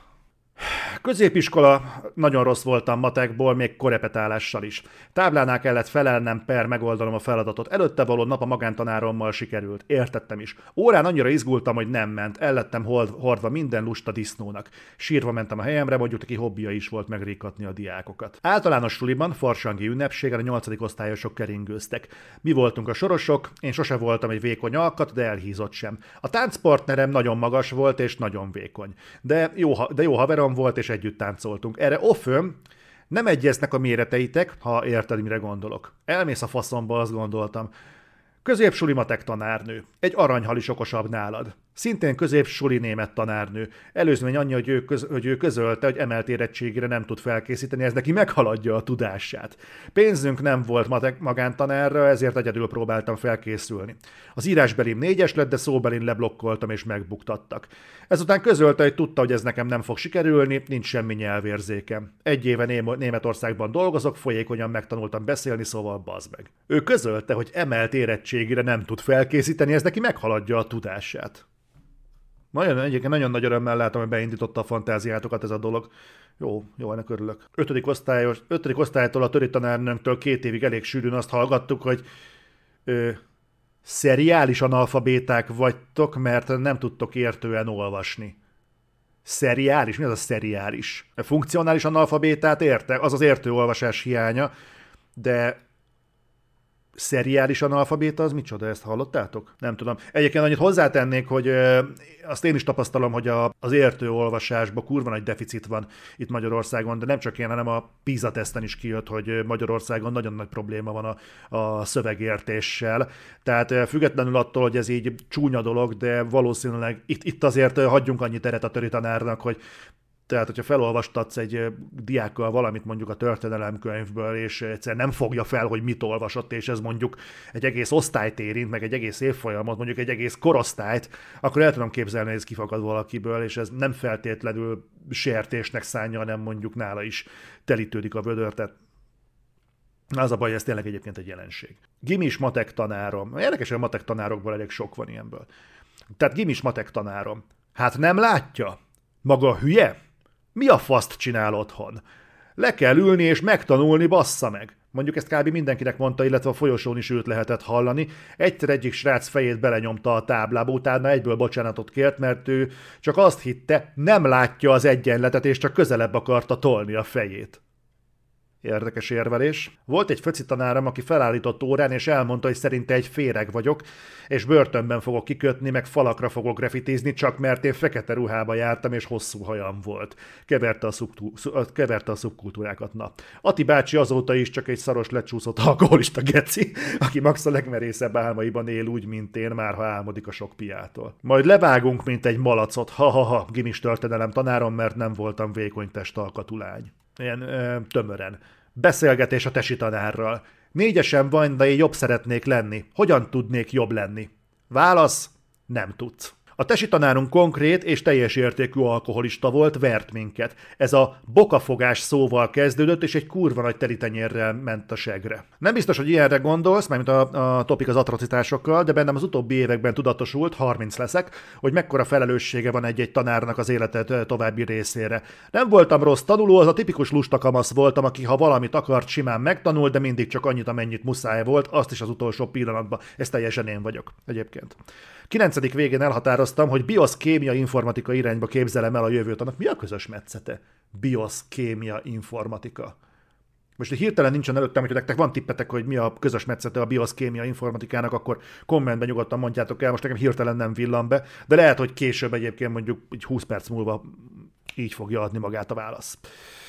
Középiskola, nagyon rossz voltam matekból, még korepetálással is. Táblánál kellett felelnem, per megoldanom a feladatot. Előtte való nap a magántanárommal sikerült. Értettem is. Órán annyira izgultam, hogy nem ment. Ellettem hordva minden lusta disznónak. Sírva mentem a helyemre, mondjuk aki hobbija is volt megrékatni a diákokat. Általános suliban, farsangi ünnepségen a nyolcadik osztályosok keringőztek. Mi voltunk a sorosok, én sose voltam egy vékony alkat, de elhízott sem. A táncpartnerem nagyon magas volt és nagyon vékony. De jó, de jó haverom volt, és együtt táncoltunk. Erre oföm, nem egyeznek a méreteitek, ha érted, mire gondolok. Elmész a faszomba, azt gondoltam. Középsuli matek tanárnő. Egy aranyhal is okosabb nálad. Szintén középsuli német tanárnő. Előzmény annyi, hogy ő, köz, hogy ő közölte, hogy emelt érettségére nem tud felkészíteni, ez neki meghaladja a tudását. Pénzünk nem volt matek magántanárra, ezért egyedül próbáltam felkészülni. Az írásbelim négyes lett, de szóbelin leblokkoltam és megbuktattak. Ezután közölte, hogy tudta, hogy ez nekem nem fog sikerülni, nincs semmi nyelvérzékem. Egy éve Németországban dolgozok, folyékonyan megtanultam beszélni, szóval bazd meg. Ő közölte, hogy emelt érettségére nem tud felkészíteni, ez neki meghaladja a tudását. Nagyon, egyébként nagyon nagy örömmel látom, hogy beindította a fantáziátokat ez a dolog. Jó, jó, ennek örülök. Ötödik, osztályos, ötödik osztálytól a töri tanárnőnktől két évig elég sűrűn azt hallgattuk, hogy ö, szeriális analfabéták vagytok, mert nem tudtok értően olvasni. Szeriális? Mi az a szeriális? A funkcionális analfabétát érte? Az az értőolvasás hiánya, de szeriális analfabéta, az micsoda, ezt hallottátok? Nem tudom. Egyébként annyit hozzátennék, hogy ö, azt én is tapasztalom, hogy a, az értőolvasásban kurva nagy deficit van itt Magyarországon, de nem csak én, hanem a PISA teszten is kijött, hogy Magyarországon nagyon nagy probléma van a, a szövegértéssel. Tehát ö, függetlenül attól, hogy ez így csúnya dolog, de valószínűleg itt, itt azért hagyjunk annyi teret a töri tanárnak, hogy tehát, hogyha felolvastatsz egy diákkal valamit mondjuk a történelemkönyvből, és egyszerűen nem fogja fel, hogy mit olvasott, és ez mondjuk egy egész osztályt érint, meg egy egész évfolyamot, mondjuk egy egész korosztályt, akkor el tudom képzelni, hogy ez kifakad valakiből, és ez nem feltétlenül sértésnek szánja, hanem mondjuk nála is telítődik a vödör, tehát az a baj, ez tényleg egyébként egy jelenség. Gimis matek tanárom. Érdekes, hogy a matek tanárokból elég sok van ilyenből. Tehát gimis matek tanárom. Hát nem látja? Maga hülye? Mi a faszt csinál otthon? Le kell ülni és megtanulni, bassza meg. Mondjuk ezt kb. Mindenkinek mondta, illetve a folyosón is őt lehetett hallani. Egyszer egyik srác fejét belenyomta a táblába, utána egyből bocsánatot kért, mert ő csak azt hitte, nem látja az egyenletet, és csak közelebb akarta tolni a fejét. Érdekes érvelés. Volt egy föci tanárom, aki felállított órán, és elmondta, hogy szerinte egy féreg vagyok, és börtönben fogok kikötni, meg falakra fogok grafitizni, csak mert én fekete ruhába jártam, és hosszú hajam volt. Keverte a, szubtú- keverte a szubkultúrákat, na. Ati bácsi azóta is csak egy szaros lecsúszott alkoholista geci, aki max a legmerészebb álmaiban él úgy, mint én, már ha álmodik a sok piától. Majd levágunk, mint egy malacot, ha-ha-ha, gimis történelem tanárom, mert nem voltam vékony testalkatú lány. Ilyen ö, tömören. Beszélgetés a tesi tanárral. Négyesen van, de én jobb szeretnék lenni. Hogyan tudnék jobb lenni? Válasz: nem tudsz. A tesi tanárunk konkrét és teljes értékű alkoholista volt, vert minket. Ez a bokafogás szóval kezdődött, és egy kurva nagy telitenyérrel ment a segre. Nem biztos, hogy ilyenre gondolsz, mármint a, a topik az atrocitásokkal, de bennem az utóbbi években tudatosult, harminc leszek, hogy mekkora felelőssége van egy-egy tanárnak az életed további részére. Nem voltam rossz tanuló, az a tipikus lusta kamasz voltam, aki ha valamit akart, simán megtanul, de mindig csak annyit, amennyit muszáj volt, azt is az utolsó pillanatban. Ez teljesen én vagyok egyébként. kilencedik végén elhatároztam, hogy biosz, kémia, informatika irányba képzelem el a jövőt. Annak mi a közös metszete? Biosz, kémia, informatika. Most hirtelen nincsen előttem, hogy nektek van tippetek, hogy mi a közös metszete a biosz, kémia, informatikának, akkor kommentben nyugodtan mondjátok el, most nekem hirtelen nem villan be, de lehet, hogy később egyébként mondjuk húsz perc múlva így fogja adni magát a válasz.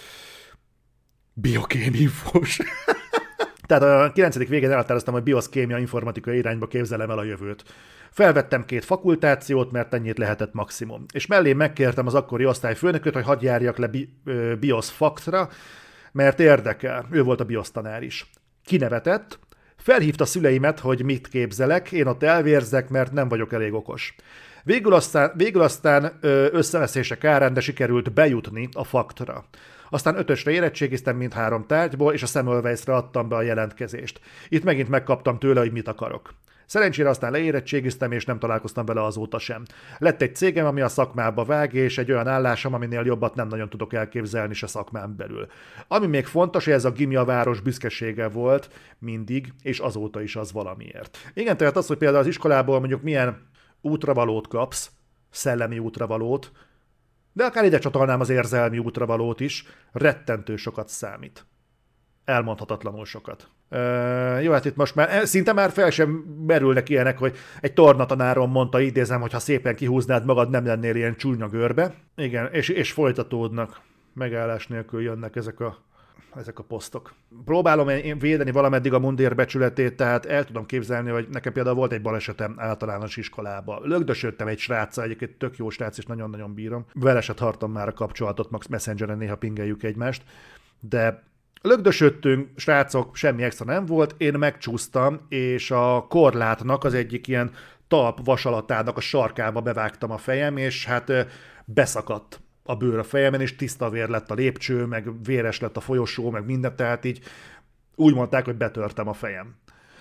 Biokém infós. Tehát a kilencedik végén elhatároztam, hogy biosz, kémia, informatika irányba képzelem el a jövőt. Felvettem két fakultációt, mert ennyit lehetett maximum. És mellé megkértem az akkori osztályfőnököt, hogy hadd járjak le bi- biosz faktra, mert érdekel. Ő volt a biosz tanár is. Kinevetett, felhívta szüleimet, hogy mit képzelek, én ott elvérzek, mert nem vagyok elég okos. Végül aztán, végül aztán összeveszések árán, de sikerült bejutni a faktra. Aztán ötösre érettségiztem mindhárom tárgyból, és a Semmelweisre adtam be a jelentkezést. Itt megint megkaptam tőle, hogy mit akarok. Szerencsére aztán leérettségiztem, és nem találkoztam vele azóta sem. Lett egy cégem, ami a szakmába vág, és egy olyan állásom, aminél jobbat nem nagyon tudok elképzelni se szakmán belül. Ami még fontos, hogy ez a gimi a város büszkesége volt mindig, és azóta is az valamiért. Igen, tehát az, hogy például az iskolából mondjuk milyen útravalót kapsz, szellemi útravalót, de akár ide csatolnám az érzelmi útravalót is, rettentő sokat számít. Elmondhatatlanul sokat. Ö, jó, hát itt most már szinte már fel sem merülnek ilyenek, hogy egy tornatanárom mondta, idézem, hogy ha szépen kihúznád magad, nem lennél ilyen csúnya görbe. Igen, és, és folytatódnak. Megállás nélkül jönnek ezek a ezek a posztok. Próbálom én védeni valameddig a mundér becsületét, tehát el tudom képzelni, hogy nekem például volt egy balesetem általános iskolában. Lögdösödtem egy sráccal, egyébként tök jó srác, és nagyon-nagyon bírom. Vele se tartom már a kapcsolatot, Max Messengeren néha pingeljük egymást, de lögdösödtünk, srácok, semmi extra nem volt, én megcsúsztam, és a korlátnak az egyik ilyen talp vasalatának a sarkába bevágtam a fejem, és hát beszakadt a bőr a fejemen, és tiszta vér lett a lépcső, meg véres lett a folyosó, meg minden, tehát így úgy mondták, hogy betörtem a fejem.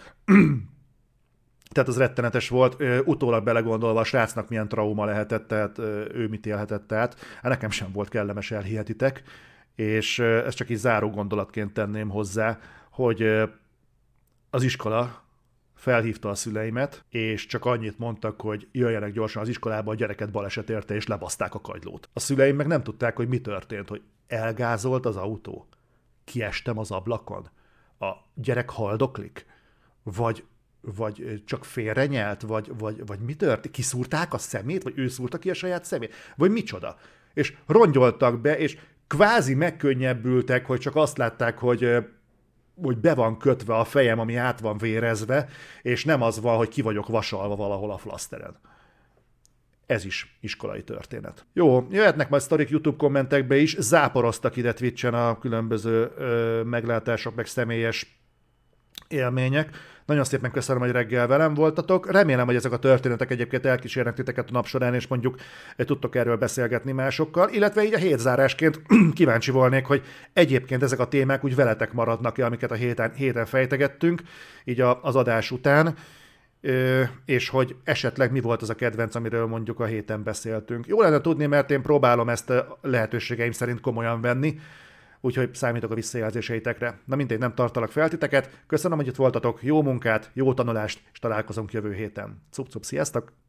Tehát az rettenetes volt, utólag belegondolva a srácnak milyen trauma lehetett, tehát ő mit élhetett át. Hát nekem sem volt kellemes, elhihetitek, és ezt csak így záró gondolatként tenném hozzá, hogy az iskola felhívta a szüleimet, és csak annyit mondtak, hogy jöjjenek gyorsan az iskolába, a gyereket baleset érte, és lebaszták a kagylót. A szüleim meg nem tudták, hogy mi történt, hogy elgázolt az autó, kiestem az ablakon, a gyerek haldoklik, vagy, vagy csak félrenyelt, vagy, vagy, vagy mi történt, kiszúrták a szemét, vagy ő szúrta ki a saját szemét, vagy micsoda. És rongyoltak be, és kvázi megkönnyebbültek, hogy csak azt látták, hogy hogy be van kötve a fejem, ami át van vérezve, és nem az van, hogy ki vagyok vasalva valahol a flaszteren. Ez is iskolai történet. Jó, jöhetnek majd sztorik YouTube kommentekbe is, záporoztak ide Twitchen a különböző ö, meglátások, meg személyes élmények. Nagyon szépen köszönöm, hogy reggel velem voltatok. Remélem, hogy ezek a történetek egyébként elkísérnek titeket a nap során, és mondjuk tudtok erről beszélgetni másokkal, illetve így a hétzárásként kíváncsi volnék, hogy egyébként ezek a témák úgy veletek maradnak-e, amiket a héten, héten fejtegettünk, így az adás után, és hogy esetleg mi volt az a kedvenc, amiről mondjuk a héten beszéltünk. Jó lenne tudni, mert én próbálom ezt a lehetőségeim szerint komolyan venni, úgyhogy számítok a visszajelzéseitekre. Na mindegy, nem tartalak fel titeket. Köszönöm, hogy itt voltatok, jó munkát, jó tanulást, és találkozunk jövő héten. Cup-cup, sziasztok!